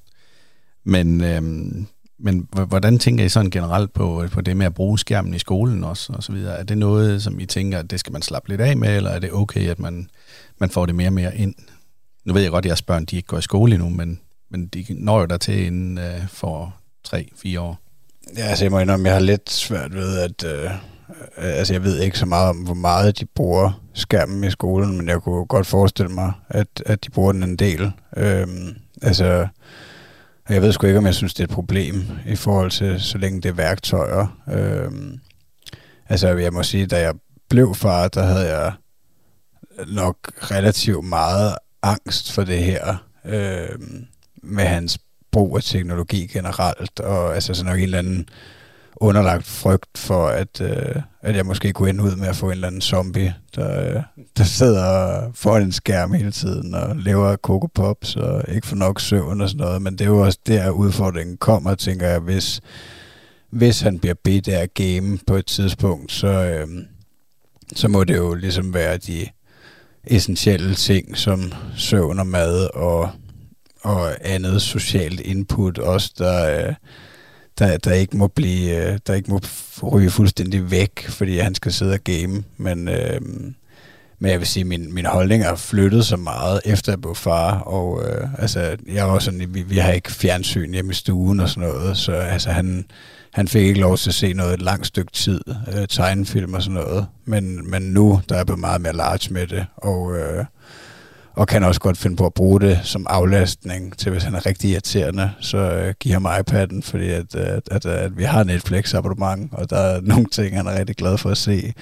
Men hvordan tænker I sådan generelt på det med at bruge skærmen i skolen også, og så videre? Er det noget, som I tænker, at det skal man slappe lidt af med, eller er det okay, at man får det mere og mere ind? Nu ved jeg godt, at jeres børn de ikke går i skole endnu, men de når jo dertil inden for 3-4 år. Ja, altså jeg må indrømme, jeg har lidt svært ved, at jeg ved ikke så meget om, hvor meget de bruger skærmen i skolen, men jeg kunne godt forestille mig, at de bruger den en del. Jeg ved sgu ikke, om jeg synes, det er et problem i forhold til, så længe det er værktøjer. Jeg må sige, da jeg blev far, der havde jeg nok relativt meget angst for det her, med hans brug af teknologi generelt, og altså sådan nok en eller anden underlagt frygt for, at jeg måske kunne ende ud med at få en eller anden zombie, der sidder foran en skærm hele tiden og lever Coco Pops og ikke får nok søvn og sådan noget. Men det er jo også der, udfordringen kommer, tænker jeg, hvis han bliver bedt af at game på et tidspunkt, så må det jo ligesom være de essentielle ting, som søvn og mad og andet socialt input også, der ikke må blive, der ikke må ryge fuldstændig væk, fordi han skal sidde og game. Men jeg vil sige, min holdning har flyttet så meget efter jeg blev far, og jeg er også sådan, vi har ikke fjernsyn hjemme i stuen og sådan noget, så altså han fik ikke lov til at se noget et langt stykke tid, tegnefilm og sådan noget, men nu der er jeg meget mere large med det, og kan også godt finde på at bruge det som aflastning til, hvis han er rigtig irriterende, så giv ham iPad'en, fordi at vi har Netflix abonnement, og der er nogle ting, han er rigtig glad for at se.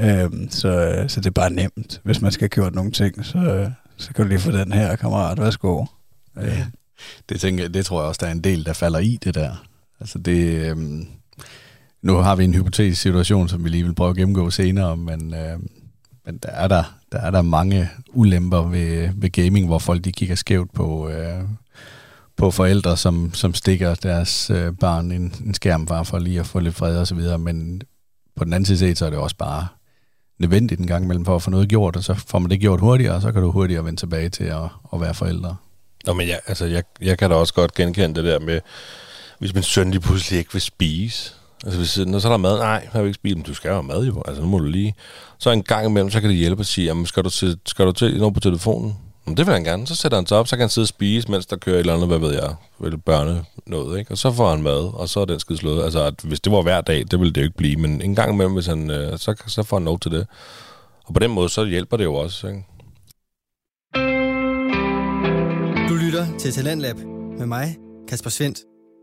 Så det er bare nemt. Hvis man skal have gjort nogle ting, så kan du lige få den her, kammerat. Værsgo. Ja. Det tror jeg også, der er en del, der falder i det der. Altså det... Nu har vi en hypotetisk situation, som vi lige vil prøve at gennemgå senere, men der er der mange ulemper ved gaming, hvor folk de kigger skævt på forældre, som stikker deres barn en skærm bare for lige at få lidt fred og så videre. Men på den anden side så er det også bare nødvendigt en gang imellem for at få noget gjort, og så får man det gjort hurtigere, og så kan du hurtigere vende tilbage til at være forældre. Nå, men jeg kan da også godt genkende det der med, hvis min søn lige pludselig ikke vil spise. Altså, når så er der mad, nej, jeg vil ikke spise, men du skal jo have mad jo, altså nu må du lige. Så en gang imellem, så kan det hjælpe at sige, jamen skal du til noget på telefonen? Men det vil han gerne, så sætter han sig op, så kan han sidde og spise, mens der kører et eller andet, hvad ved jeg, børne noget, ikke? Og så får han mad, og så er den skide slået. Altså, hvis det var hver dag, det ville det jo ikke blive, men en gang imellem, hvis han, så får han lov til det. Og på den måde, så hjælper det jo også, ikke? Du lytter til Talentlab med mig, Kasper Svendt.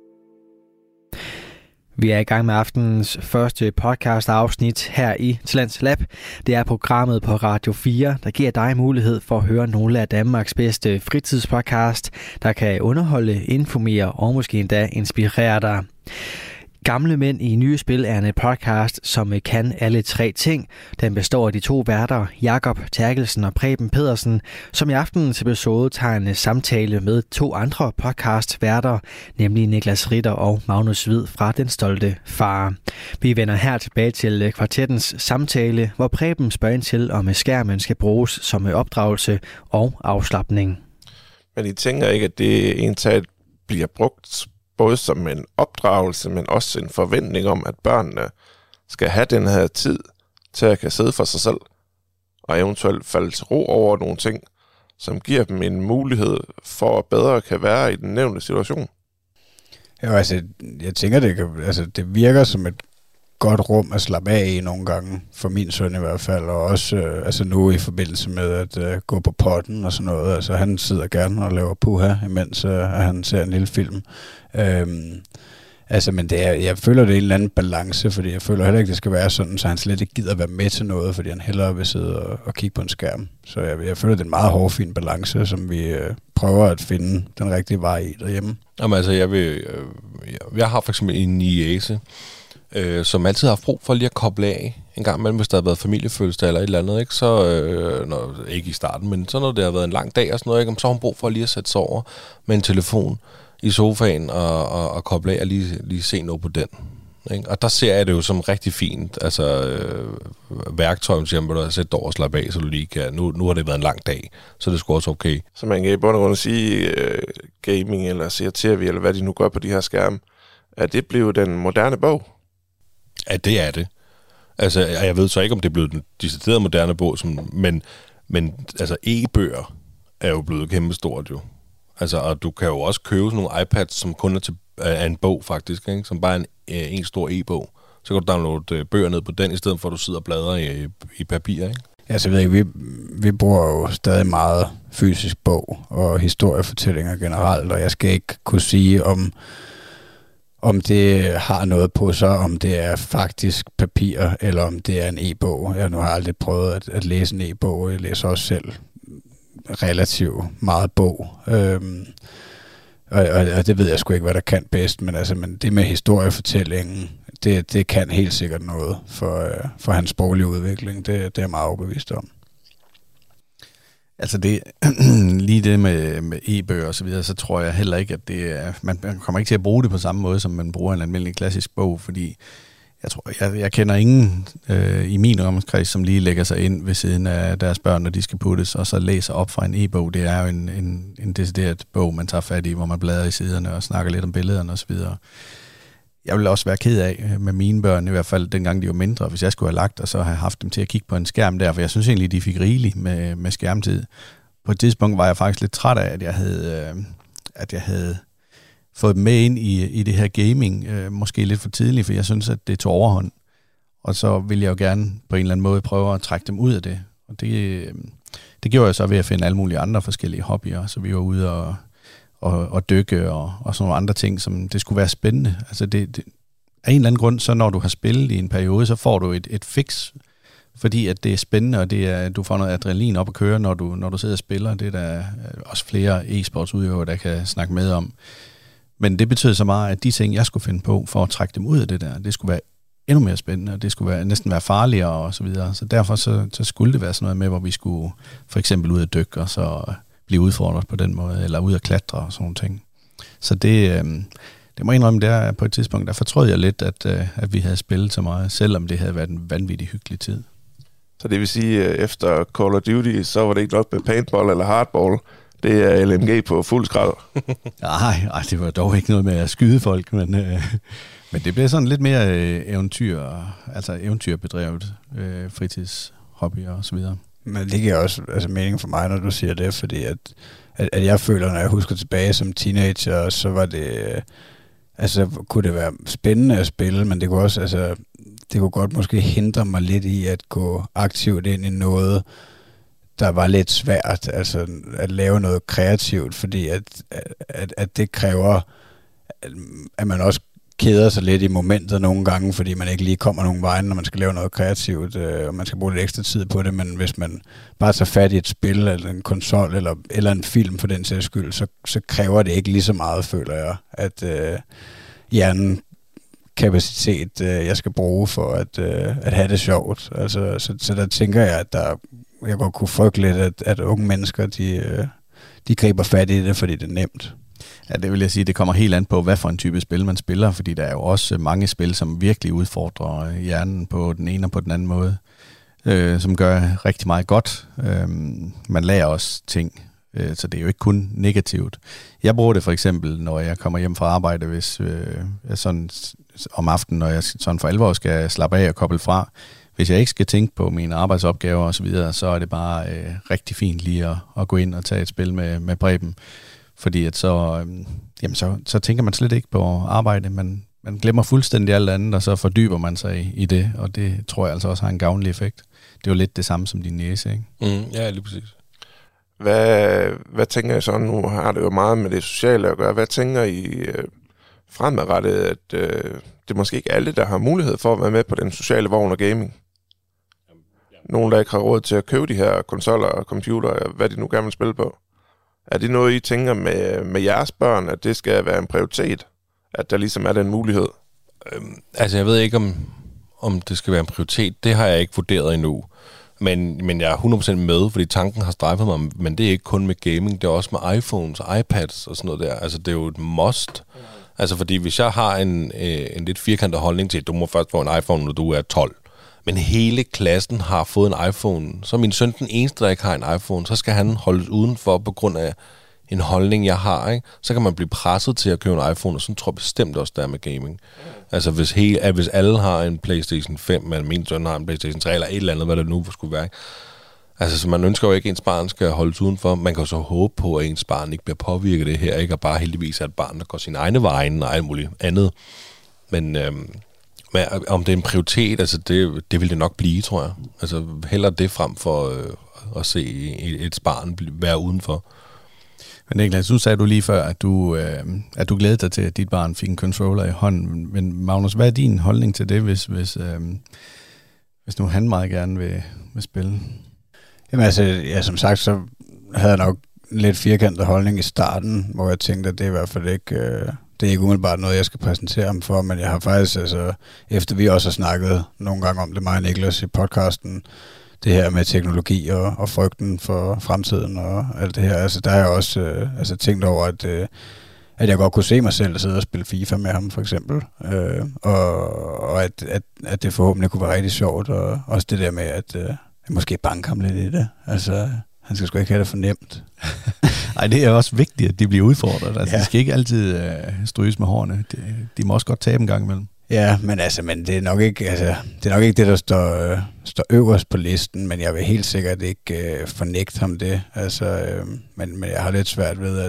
Vi er i gang med aftenens første podcast-afsnit her i Talents Lab. Det er programmet på Radio 4, der giver dig mulighed for at høre nogle af Danmarks bedste fritidspodcast, der kan underholde, informere og måske endda inspirere dig. Gamle Mænd i Nye Spil er en podcast, som kan alle tre ting. Den består af de to værter, Jakob Terkelsen og Preben Pedersen, som i aftenens episode tager en samtale med to andre podcast-værter, nemlig Niklas Ritter og Magnus Hvid fra Den Stolte Far. Vi vender her tilbage til kvartettens samtale, hvor Preben spørger ind til, om skærmen skal bruges som opdragelse og afslapning. Men I tænker ikke, at det entaget bliver brugt både som en opdragelse, men også en forventning om, at børnene skal have den her tid til at kan sidde for sig selv, og eventuelt falde til ro over nogle ting, som giver dem en mulighed for at bedre kan være i den nævnte situation? Ja, altså, jeg tænker, det virker som et godt rum at slappe af i nogle gange, for min søn i hvert fald, og også nu i forbindelse med at gå på potten og sådan noget. Altså han sidder gerne og laver puha, imens han ser en lille film. Men jeg føler, det er en eller anden balance, fordi jeg føler heller ikke, det skal være sådan, så han slet ikke gider være med til noget, fordi han hellere vil sidde og kigge på en skærm. Så jeg føler, det er en meget hårfin balance, som vi prøver at finde den rigtige vej i derhjemme. Jamen altså, jeg har for eksempel en niece, som altid har brug for lige at koble af en gang imellem, hvis der har været familiefødselsdag eller et eller andet, ikke? Så, ikke i starten, men så når det har været en lang dag og sådan noget, ikke? Så har hun brug for lige at sætte sig over med en telefon i sofaen og koble af og lige se noget på den. Ikke? Og der ser jeg det jo som rigtig fint, altså værktøj, som siger, at du sætte dig over og slappe af, så du lige kan, nu har det været en lang dag, så det er sgu også okay. Så man kan i bund og grund sige, gaming eller CRTV, eller hvad de nu gør på de her skærme, at det blev den moderne bog? Ja, det er det. Altså, jeg ved så ikke, om det er blevet den deciderede moderne bog, men altså e-bøger er jo blevet kæmpestort jo. Altså, og du kan jo også købe sådan nogle iPads, som kun er en bog faktisk, ikke? Som bare er en stor e-bog. Så kan du downloade bøger ned på den, i stedet for at du sidder og bladrer i papir, ikke? Ja, så ved jeg, vi bruger jo stadig meget fysisk bog og historiefortællinger generelt, og jeg skal ikke kunne sige, om det har noget på sig, om det er faktisk papir, eller om det er en e-bog. Jeg nu har aldrig prøvet at læse en e-bog, jeg læser også selv relativt meget bog. Og det ved jeg sgu ikke, hvad der kan bedst, men det med historiefortællingen, det kan helt sikkert noget for hans sproglige udvikling. Det er jeg meget overbevist om. Altså lige det med e-bøger og så videre, så tror jeg heller ikke, at det er, man kommer ikke til at bruge det på samme måde, som man bruger en almindelig klassisk bog, fordi jeg kender ingen i min omkreds, som lige lægger sig ind ved siden af deres børn, når de skal puttes, og så læser op fra en e-bog. Det er jo en decideret bog, man tager fat i, hvor man bladrer i siderne og snakker lidt om billederne og så videre. Jeg ville også være ked af med mine børn, i hvert fald dengang de var mindre, hvis jeg skulle have lagt og så have haft dem til at kigge på en skærm der, for jeg synes egentlig, de fik rigeligt med skærmtid. På et tidspunkt var jeg faktisk lidt træt af, at jeg havde fået dem med ind i det her gaming, måske lidt for tidligt, for jeg synes, at det tog overhånd. Og så ville jeg jo gerne på en eller anden måde prøve at trække dem ud af det. Og det gjorde jeg så ved at finde alle mulige andre forskellige hobbyer, så vi var ude og dykke og sådan nogle andre ting, som det skulle være spændende. Altså det af en eller anden grund, så når du har spillet i en periode, så får du et fix, fordi at det er spændende, og du får noget adrenalin op at køre, når du sidder og spiller. Det er der også flere e-sportsudøvere, der kan snakke med om. Men det betød så meget, at de ting, jeg skulle finde på for at trække dem ud af det der, det skulle være endnu mere spændende, og det skulle næsten være farligere og så videre. Så derfor så skulle det være sådan noget med, hvor vi skulle for eksempel ud at dykke, og så blive udfordret på den måde, eller ud at klatre og sådan nogle ting. Så det må jeg indrømme, der på et tidspunkt, der fortrød jeg lidt, at vi havde spillet så meget, selvom det havde været en vanvittig hyggelig tid. Så det vil sige, efter Call of Duty, så var det ikke nok med paintball eller hardball. Det er LMG på fuld skrald. Nej, det var dog ikke noget med at skyde folk, men det blev sådan lidt mere eventyrbedrevet fritidshobby og så videre. Men det giver også mening for mig, når du siger det, fordi at jeg føler, når jeg husker tilbage som teenager, så var det, kunne det være spændende at spille, men det kunne også, det kunne godt måske hindre mig lidt i at gå aktivt ind i noget, der var lidt svært, altså at lave noget kreativt, fordi at det kræver, at man også keder sig lidt i momentet nogle gange, fordi man ikke lige kommer nogen veje, når man skal lave noget kreativt, og man skal bruge lidt ekstra tid på det, men hvis man bare tager fat i et spil, eller en konsol, eller en film for den sags skyld, så kræver det ikke lige så meget, føler jeg, at hjernen kapacitet, jeg skal bruge for at have det sjovt. Altså, så der tænker jeg, at jeg godt kunne frygte lidt, at unge mennesker, de griber fat i det, fordi det er nemt. Ja, det vil jeg sige, det kommer helt an på, hvad for en type spil man spiller, fordi der er jo også mange spil, som virkelig udfordrer hjernen på den ene og på den anden måde, som gør rigtig meget godt. Man lærer også ting, så det er jo ikke kun negativt. Jeg bruger det for eksempel, når jeg kommer hjem fra arbejde, hvis jeg sådan om aftenen, når jeg sådan for alvor skal slappe af og koble fra. Hvis jeg ikke skal tænke på mine arbejdsopgaver og så videre, så er det bare rigtig fint lige at gå ind og tage et spil med Preben. Fordi at så tænker man slet ikke på arbejde, man glemmer fuldstændig alt andet, og så fordyber man sig i det, og det tror jeg altså også har en gavnlig effekt. Det er jo lidt det samme som din næse, ikke? Ja, lige præcis. Hvad tænker I så? Nu har det jo meget med det sociale at gøre. Hvad tænker I fremadrettet, at det er måske ikke alle, der har mulighed for at være med på den sociale vogn og gaming? Nogen, der ikke har råd til at købe de her konsoller og computer, hvad de nu gerne vil spille på. Er det noget, I tænker med jeres børn, at det skal være en prioritet? At der ligesom er den mulighed? Jeg ved ikke, om det skal være en prioritet. Det har jeg ikke vurderet endnu. Men jeg er 100% med, fordi tanken har strejfet mig. Men det er ikke kun med gaming, det er også med iPhones og iPads og sådan noget der. Altså, det er jo et must, Altså, fordi hvis jeg har en lidt firkantet holdning til, at du må først få en iPhone, når du er 12, men hele klassen har fået en iPhone, så er min søn den eneste, der ikke har en iPhone, så skal han holdes udenfor på grund af en holdning, jeg har, ikke? Så kan man blive presset til at købe en iPhone, og sådan tror jeg bestemt også, der er med gaming. Altså, hvis alle har en PlayStation 5, eller min søn har en PlayStation 3, eller et eller andet, hvad det nu skulle være, ikke? Altså, så man ønsker jo ikke, at ens barn skal holdes udenfor. Man kan jo så håbe på, at ens barn ikke bliver påvirket af det her, ikke? Og bare heldigvis er et barn, der går sin egne vejen og alt muligt andet. Men om det er en prioritet, altså det vil det nok blive, tror jeg. Altså, hellere det frem for at se et barn være udenfor. Men Niklas, nu sagde du lige før, at du glædede dig til, at dit barn fik en controller i hånden. Men Magnus, hvad er din holdning til det, hvis nu han meget gerne vil spille? Jamen altså, ja, som sagt, så havde jeg nok lidt firkantet holdning i starten, hvor jeg tænkte, at det er i hvert fald ikke, det er ikke umiddelbart noget, jeg skal præsentere ham for, men jeg har faktisk, altså, efter vi også har snakket nogle gange om det, mig og Niklas i podcasten, det her med teknologi og frygten for fremtiden og alt det her, altså der har jeg også tænkt over, at jeg godt kunne se mig selv sidde og spille FIFA med ham, for eksempel, og at det forhåbentlig kunne være rigtig sjovt, og også det der med, at måske banke ham lidt i det. Altså, han skal sgu ikke have det for nemt. Nej, det er også vigtigt, at de bliver udfordret. Altså, de skal ikke altid stryges med hårene. De må også godt tabe en gang imellem. Ja, men det er nok ikke, det, der står øverst på listen, men jeg vil helt sikkert ikke fornægte ham det. Altså, men jeg har lidt svært ved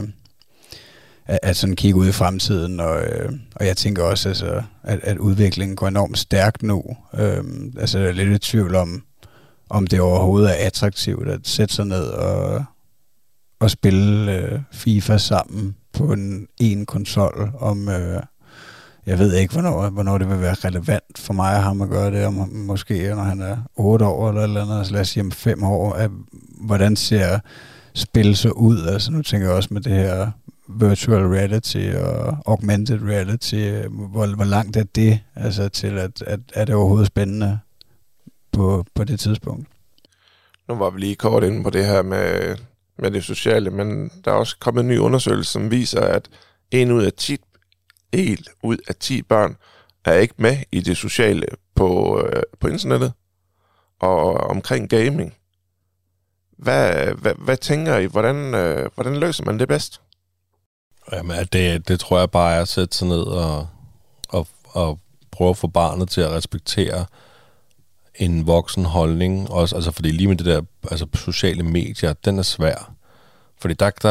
at sådan kigge ud i fremtiden, og jeg tænker også, altså, at udviklingen går enormt stærkt nu. Altså, jeg er lidt i tvivl om det overhovedet er attraktivt at sætte sig ned og spille FIFA sammen på en konsol. Jeg ved ikke, hvornår det vil være relevant for mig og ham at gøre det, om måske når han er 8 år eller et eller andet, altså lad os sige om 5 år, hvordan ser spil så ud? Altså nu tænker jeg også med det her virtual reality og augmented reality, hvor langt er det altså til, at er det overhovedet spændende på det tidspunkt? Nu var vi lige kort inde på det her med det sociale, men der er også kommet en ny undersøgelse, som viser, at 1 ud af 10 børn er ikke med i det sociale på internettet og omkring gaming. Hvad tænker I? Hvordan løser man det bedst? Jamen, det tror jeg bare er at sætte sig ned og prøve at få barnet til at respektere en voksen holdning også, altså fordi lige med det der, altså sociale medier, den er svær. Fordi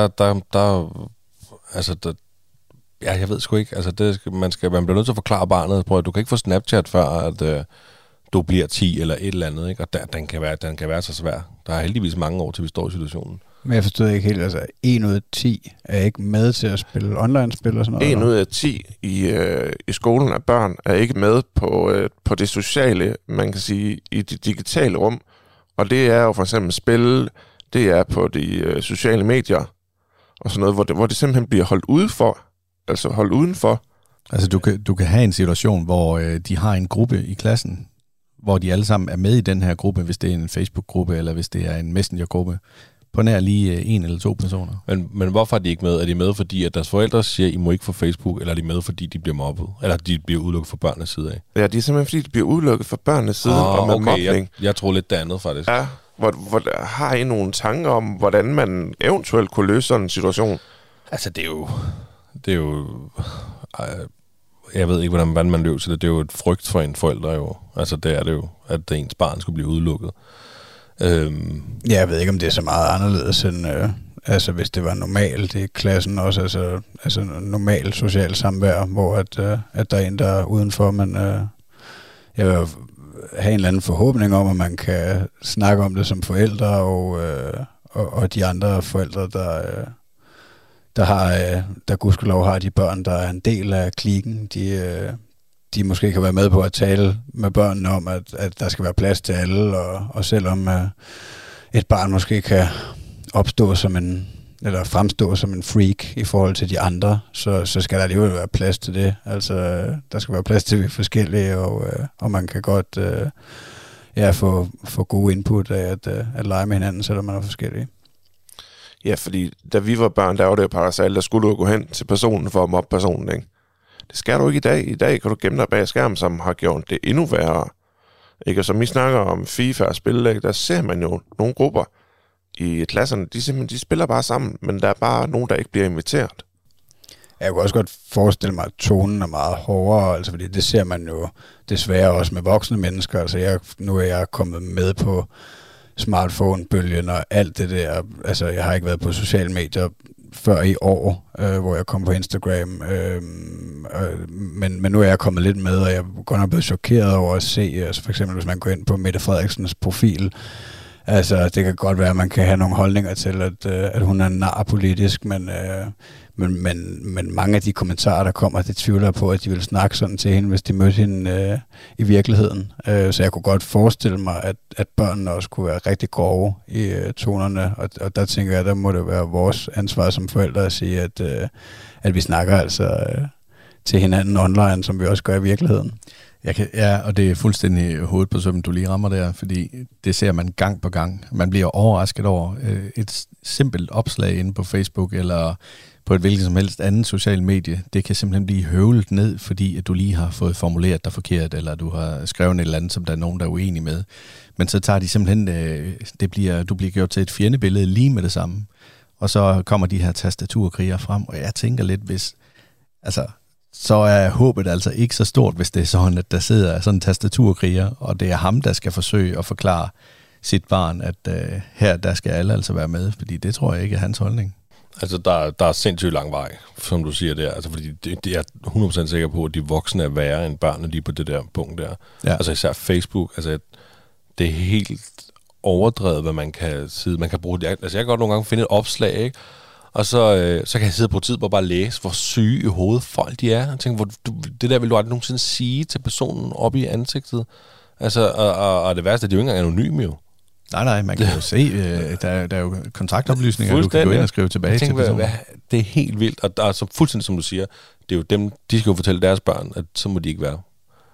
jeg ved sgu ikke, altså man bliver nødt til at forklare barnet, prøv at du kan ikke få Snapchat før, at du bliver 10 eller et eller andet, ikke? Og den kan være så svær. Der er heldigvis mange år til vi står i situationen. Men jeg forstod ikke helt, altså 1 ud af 10 er ikke med til at spille online-spil og sådan noget? 1 ud af 10 i skolen af børn er ikke med på det sociale, man kan sige, i det digitale rum. Og det er jo for eksempel spil, det er på de sociale medier og sådan noget, hvor det simpelthen bliver holdt udenfor. Altså du kan have en situation, hvor de har en gruppe i klassen, hvor de alle sammen er med i den her gruppe, hvis det er en Facebook-gruppe, eller hvis det er en Messenger-gruppe, på nær lige 1 eller 2 personer. Men hvorfor er de ikke med? Er de med, fordi at deres forældre siger, I må ikke få Facebook, eller er de med, fordi de bliver mobbet? Eller de bliver udelukket fra børnenes side af? Ja, de er simpelthen, fordi de bliver udelukket fra børnenes side og med mobning. Jeg tror lidt det andet, faktisk. Ja, hvor har I nogle tanker om, hvordan man eventuelt kunne løse sådan en situation? Altså, det er jo jeg ved ikke, hvordan man løser det. Det er jo et frygt for en forælder jo. Altså, det er det jo, at ens barn skulle blive udelukket. Ja, jeg ved ikke, om det er så meget anderledes end, altså hvis det var normalt i klassen også, altså normalt socialt samvær, hvor at der er en, der er udenfor, men jeg vil have en eller anden forhåbning om, at man kan snakke om det som forældre, og de andre forældre, der gudskelov har de børn, der er en del af klikken, de måske kan være med på at tale med børnene om, at der skal være plads til alle, og selvom et barn måske kan fremstå som en freak i forhold til de andre, så skal der alligevel være plads til det. Altså, der skal være plads til, at vi er forskellige, og man kan godt få gode input af at lege med hinanden, selvom man er forskellige. Ja, fordi da vi var børn, der var det jo paradoksalt, der skulle du gå hen til personen for at mobbe personen, ikke? Det skal du ikke i dag. I dag kan du gemme dig bag skærmen, som har gjort det endnu værre. Ikke? Og som vi snakker om FIFA og spil, ikke? Der ser man jo nogle grupper i klasserne, de spiller bare sammen, men der er bare nogen, der ikke bliver inviteret. Jeg kunne også godt forestille mig, at tonen er meget hårdere, altså fordi det ser man jo desværre også med voksne mennesker. Altså nu er jeg kommet med på smartphone-bølgen og alt det der. Altså jeg har ikke været på sociale medier før i år, hvor jeg kom på Instagram, men nu er jeg kommet lidt med, og jeg er godt nok blevet chokeret over at se, altså for eksempel hvis man går ind på Mette Frederiksens profil, altså det kan godt være, at man kan have nogle holdninger til, at hun er nar politisk, men mange af de kommentarer, der kommer, det tvivler på, at de vil snakke sådan til hende, hvis de mødte hende i virkeligheden. Så jeg kunne godt forestille mig, at børnene også kunne være rigtig grove i tonerne, og der tænker jeg, der må det være vores ansvar som forældre at sige, at vi snakker altså til hinanden online, som vi også gør i virkeligheden. Ja, og det er fuldstændig hovedet på sømmen, du lige rammer der, fordi det ser man gang på gang. Man bliver overrasket over et simpelt opslag inde på Facebook eller på et hvilket som helst andet socialt medie. Det kan simpelthen blive høvlet ned, fordi at du lige har fået formuleret dig forkert, eller du har skrevet et eller andet, som der er nogen, der er uenig med. Men så tager de simpelthen, du bliver gjort til et fjendebillede lige med det samme. Og så kommer de her tastaturkriger frem, og jeg tænker lidt, så er håbet altså ikke så stort, hvis det er sådan, at der sidder sådan en tastaturkriger, og det er ham, der skal forsøge at forklare sit barn, at her, der skal alle altså være med, fordi det tror jeg ikke er hans holdning. Altså, der er sindssygt lang vej, som du siger der. Altså, fordi det er 100% sikker på, at de voksne er værre end børnene lige på det der punkt der. Ja. Altså, især Facebook, altså, det er helt overdrevet, hvad man kan sidde. Man kan bruge det. Altså, jeg kan godt nogle gange finde et opslag, ikke? Og så kan jeg sidde på tid på bare læse, hvor syge i hovedet folk de er. Jeg tænker, det der vil du aldrig nogensinde sige til personen oppe i ansigtet. Altså, og det værste, det er jo ikke engang anonym jo. Nej, man kan jo se, der er jo kontaktoplysninger, du kan gå ind og skrive tilbage til personen. Det er helt vildt, og der er så fuldstændig som du siger, det er jo dem, de skal jo fortælle deres børn, at så må de ikke være.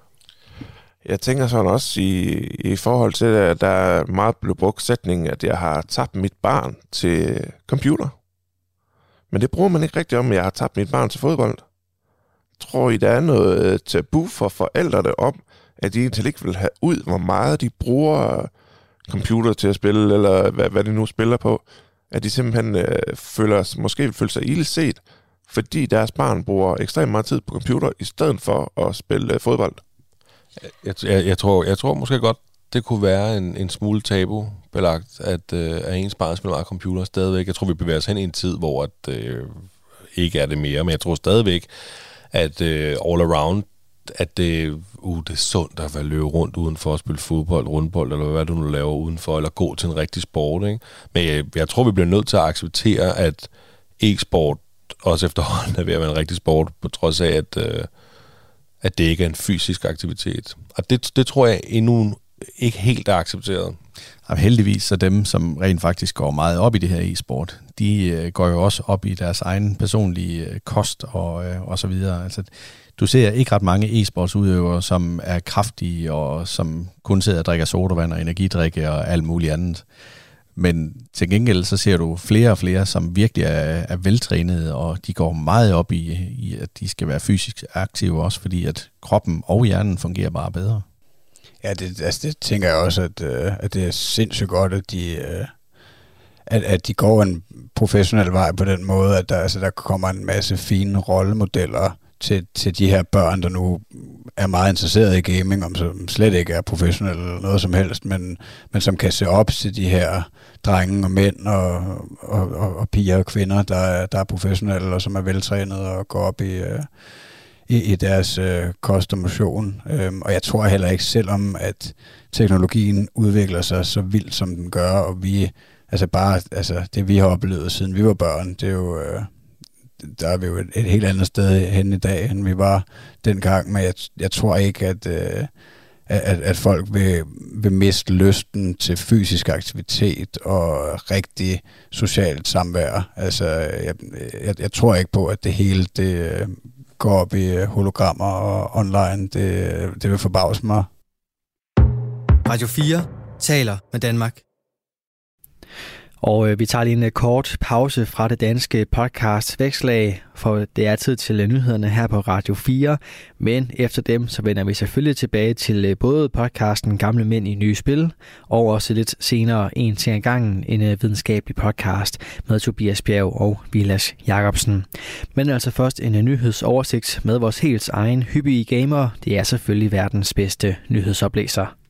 Jeg tænker sådan også i forhold til, at der er meget blevet brugt sætningen, at jeg har tabt mit barn til computer. Men det bruger man ikke rigtig om, at jeg har tabt mit barn til fodbold. Tror I, der er noget tabu for forældrene om, at de egentlig ikke vil have ud, hvor meget de bruger computer til at spille, eller hvad de nu spiller på, at de simpelthen måske føler sig ildset, fordi deres barn bruger ekstremt meget tid på computer, i stedet for at spille fodbold. Jeg tror måske godt, det kunne være en smule tabubelagt, at ens barn spiller meget computer stadigvæk. Jeg tror, vi bevæger os hen i en tid, hvor ikke er det mere, men jeg tror stadigvæk, at all around, at det er sundt at løbe rundt udenfor at spille fodbold, rundbold, eller hvad du nu laver udenfor, eller gå til en rigtig sport, ikke? Men jeg tror, vi bliver nødt til at acceptere, at e-sport også efterhånden er ved at være en rigtig sport, på trods af, at det ikke er en fysisk aktivitet. Og det tror jeg endnu ikke helt er accepteret. Og heldigvis så dem, som rent faktisk går meget op i det her e-sport, de går jo også op i deres egen personlige kost og så videre. Altså, du ser ikke ret mange e-sportsudøvere, som er kraftige og som kun sidder og drikker sodavand og energidrikke og alt muligt andet. Men til gengæld så ser du flere og flere, som virkelig er veltrænede, og de går meget op i, at de skal være fysisk aktive også, fordi at kroppen og hjernen fungerer bare bedre. Ja, det tænker jeg også, at det er sindssygt godt, at de går en professionel vej på den måde, at der kommer en masse fine rollemodeller til de her børn, der nu er meget interesserede i gaming, om som slet ikke er professionelle eller noget som helst, men som kan se op til de her drenge og mænd og piger og kvinder, der er professionelle og som er veltrænede og går op i deres kost og motion. Og jeg tror heller ikke, selvom at teknologien udvikler sig så vildt, som den gør, og vi, det vi har oplevet, siden vi var børn, det er jo, der er vi jo et helt andet sted hen i dag, end vi var dengang, men jeg tror ikke, at folk vil miste lysten til fysisk aktivitet og rigtig socialt samvær. Altså, jeg tror ikke på, at det hele det går op i hologrammer og online. Det vil forbavse mig. Radio 4 taler med Danmark. Og vi tager lige en kort pause fra det danske podcast Vækslag, for det er tid til nyhederne her på Radio 4. Men efter dem, så vender vi selvfølgelig tilbage til både podcasten Gamle Mænd i Nye Spil, og også lidt senere en ting ad gangen, en videnskabelig podcast med Tobias Bjerg og Vilas Jacobsen. Men altså først en nyhedsoversigt med vores helt egen hyppige gamer. Det er selvfølgelig verdens bedste nyhedsoplæser.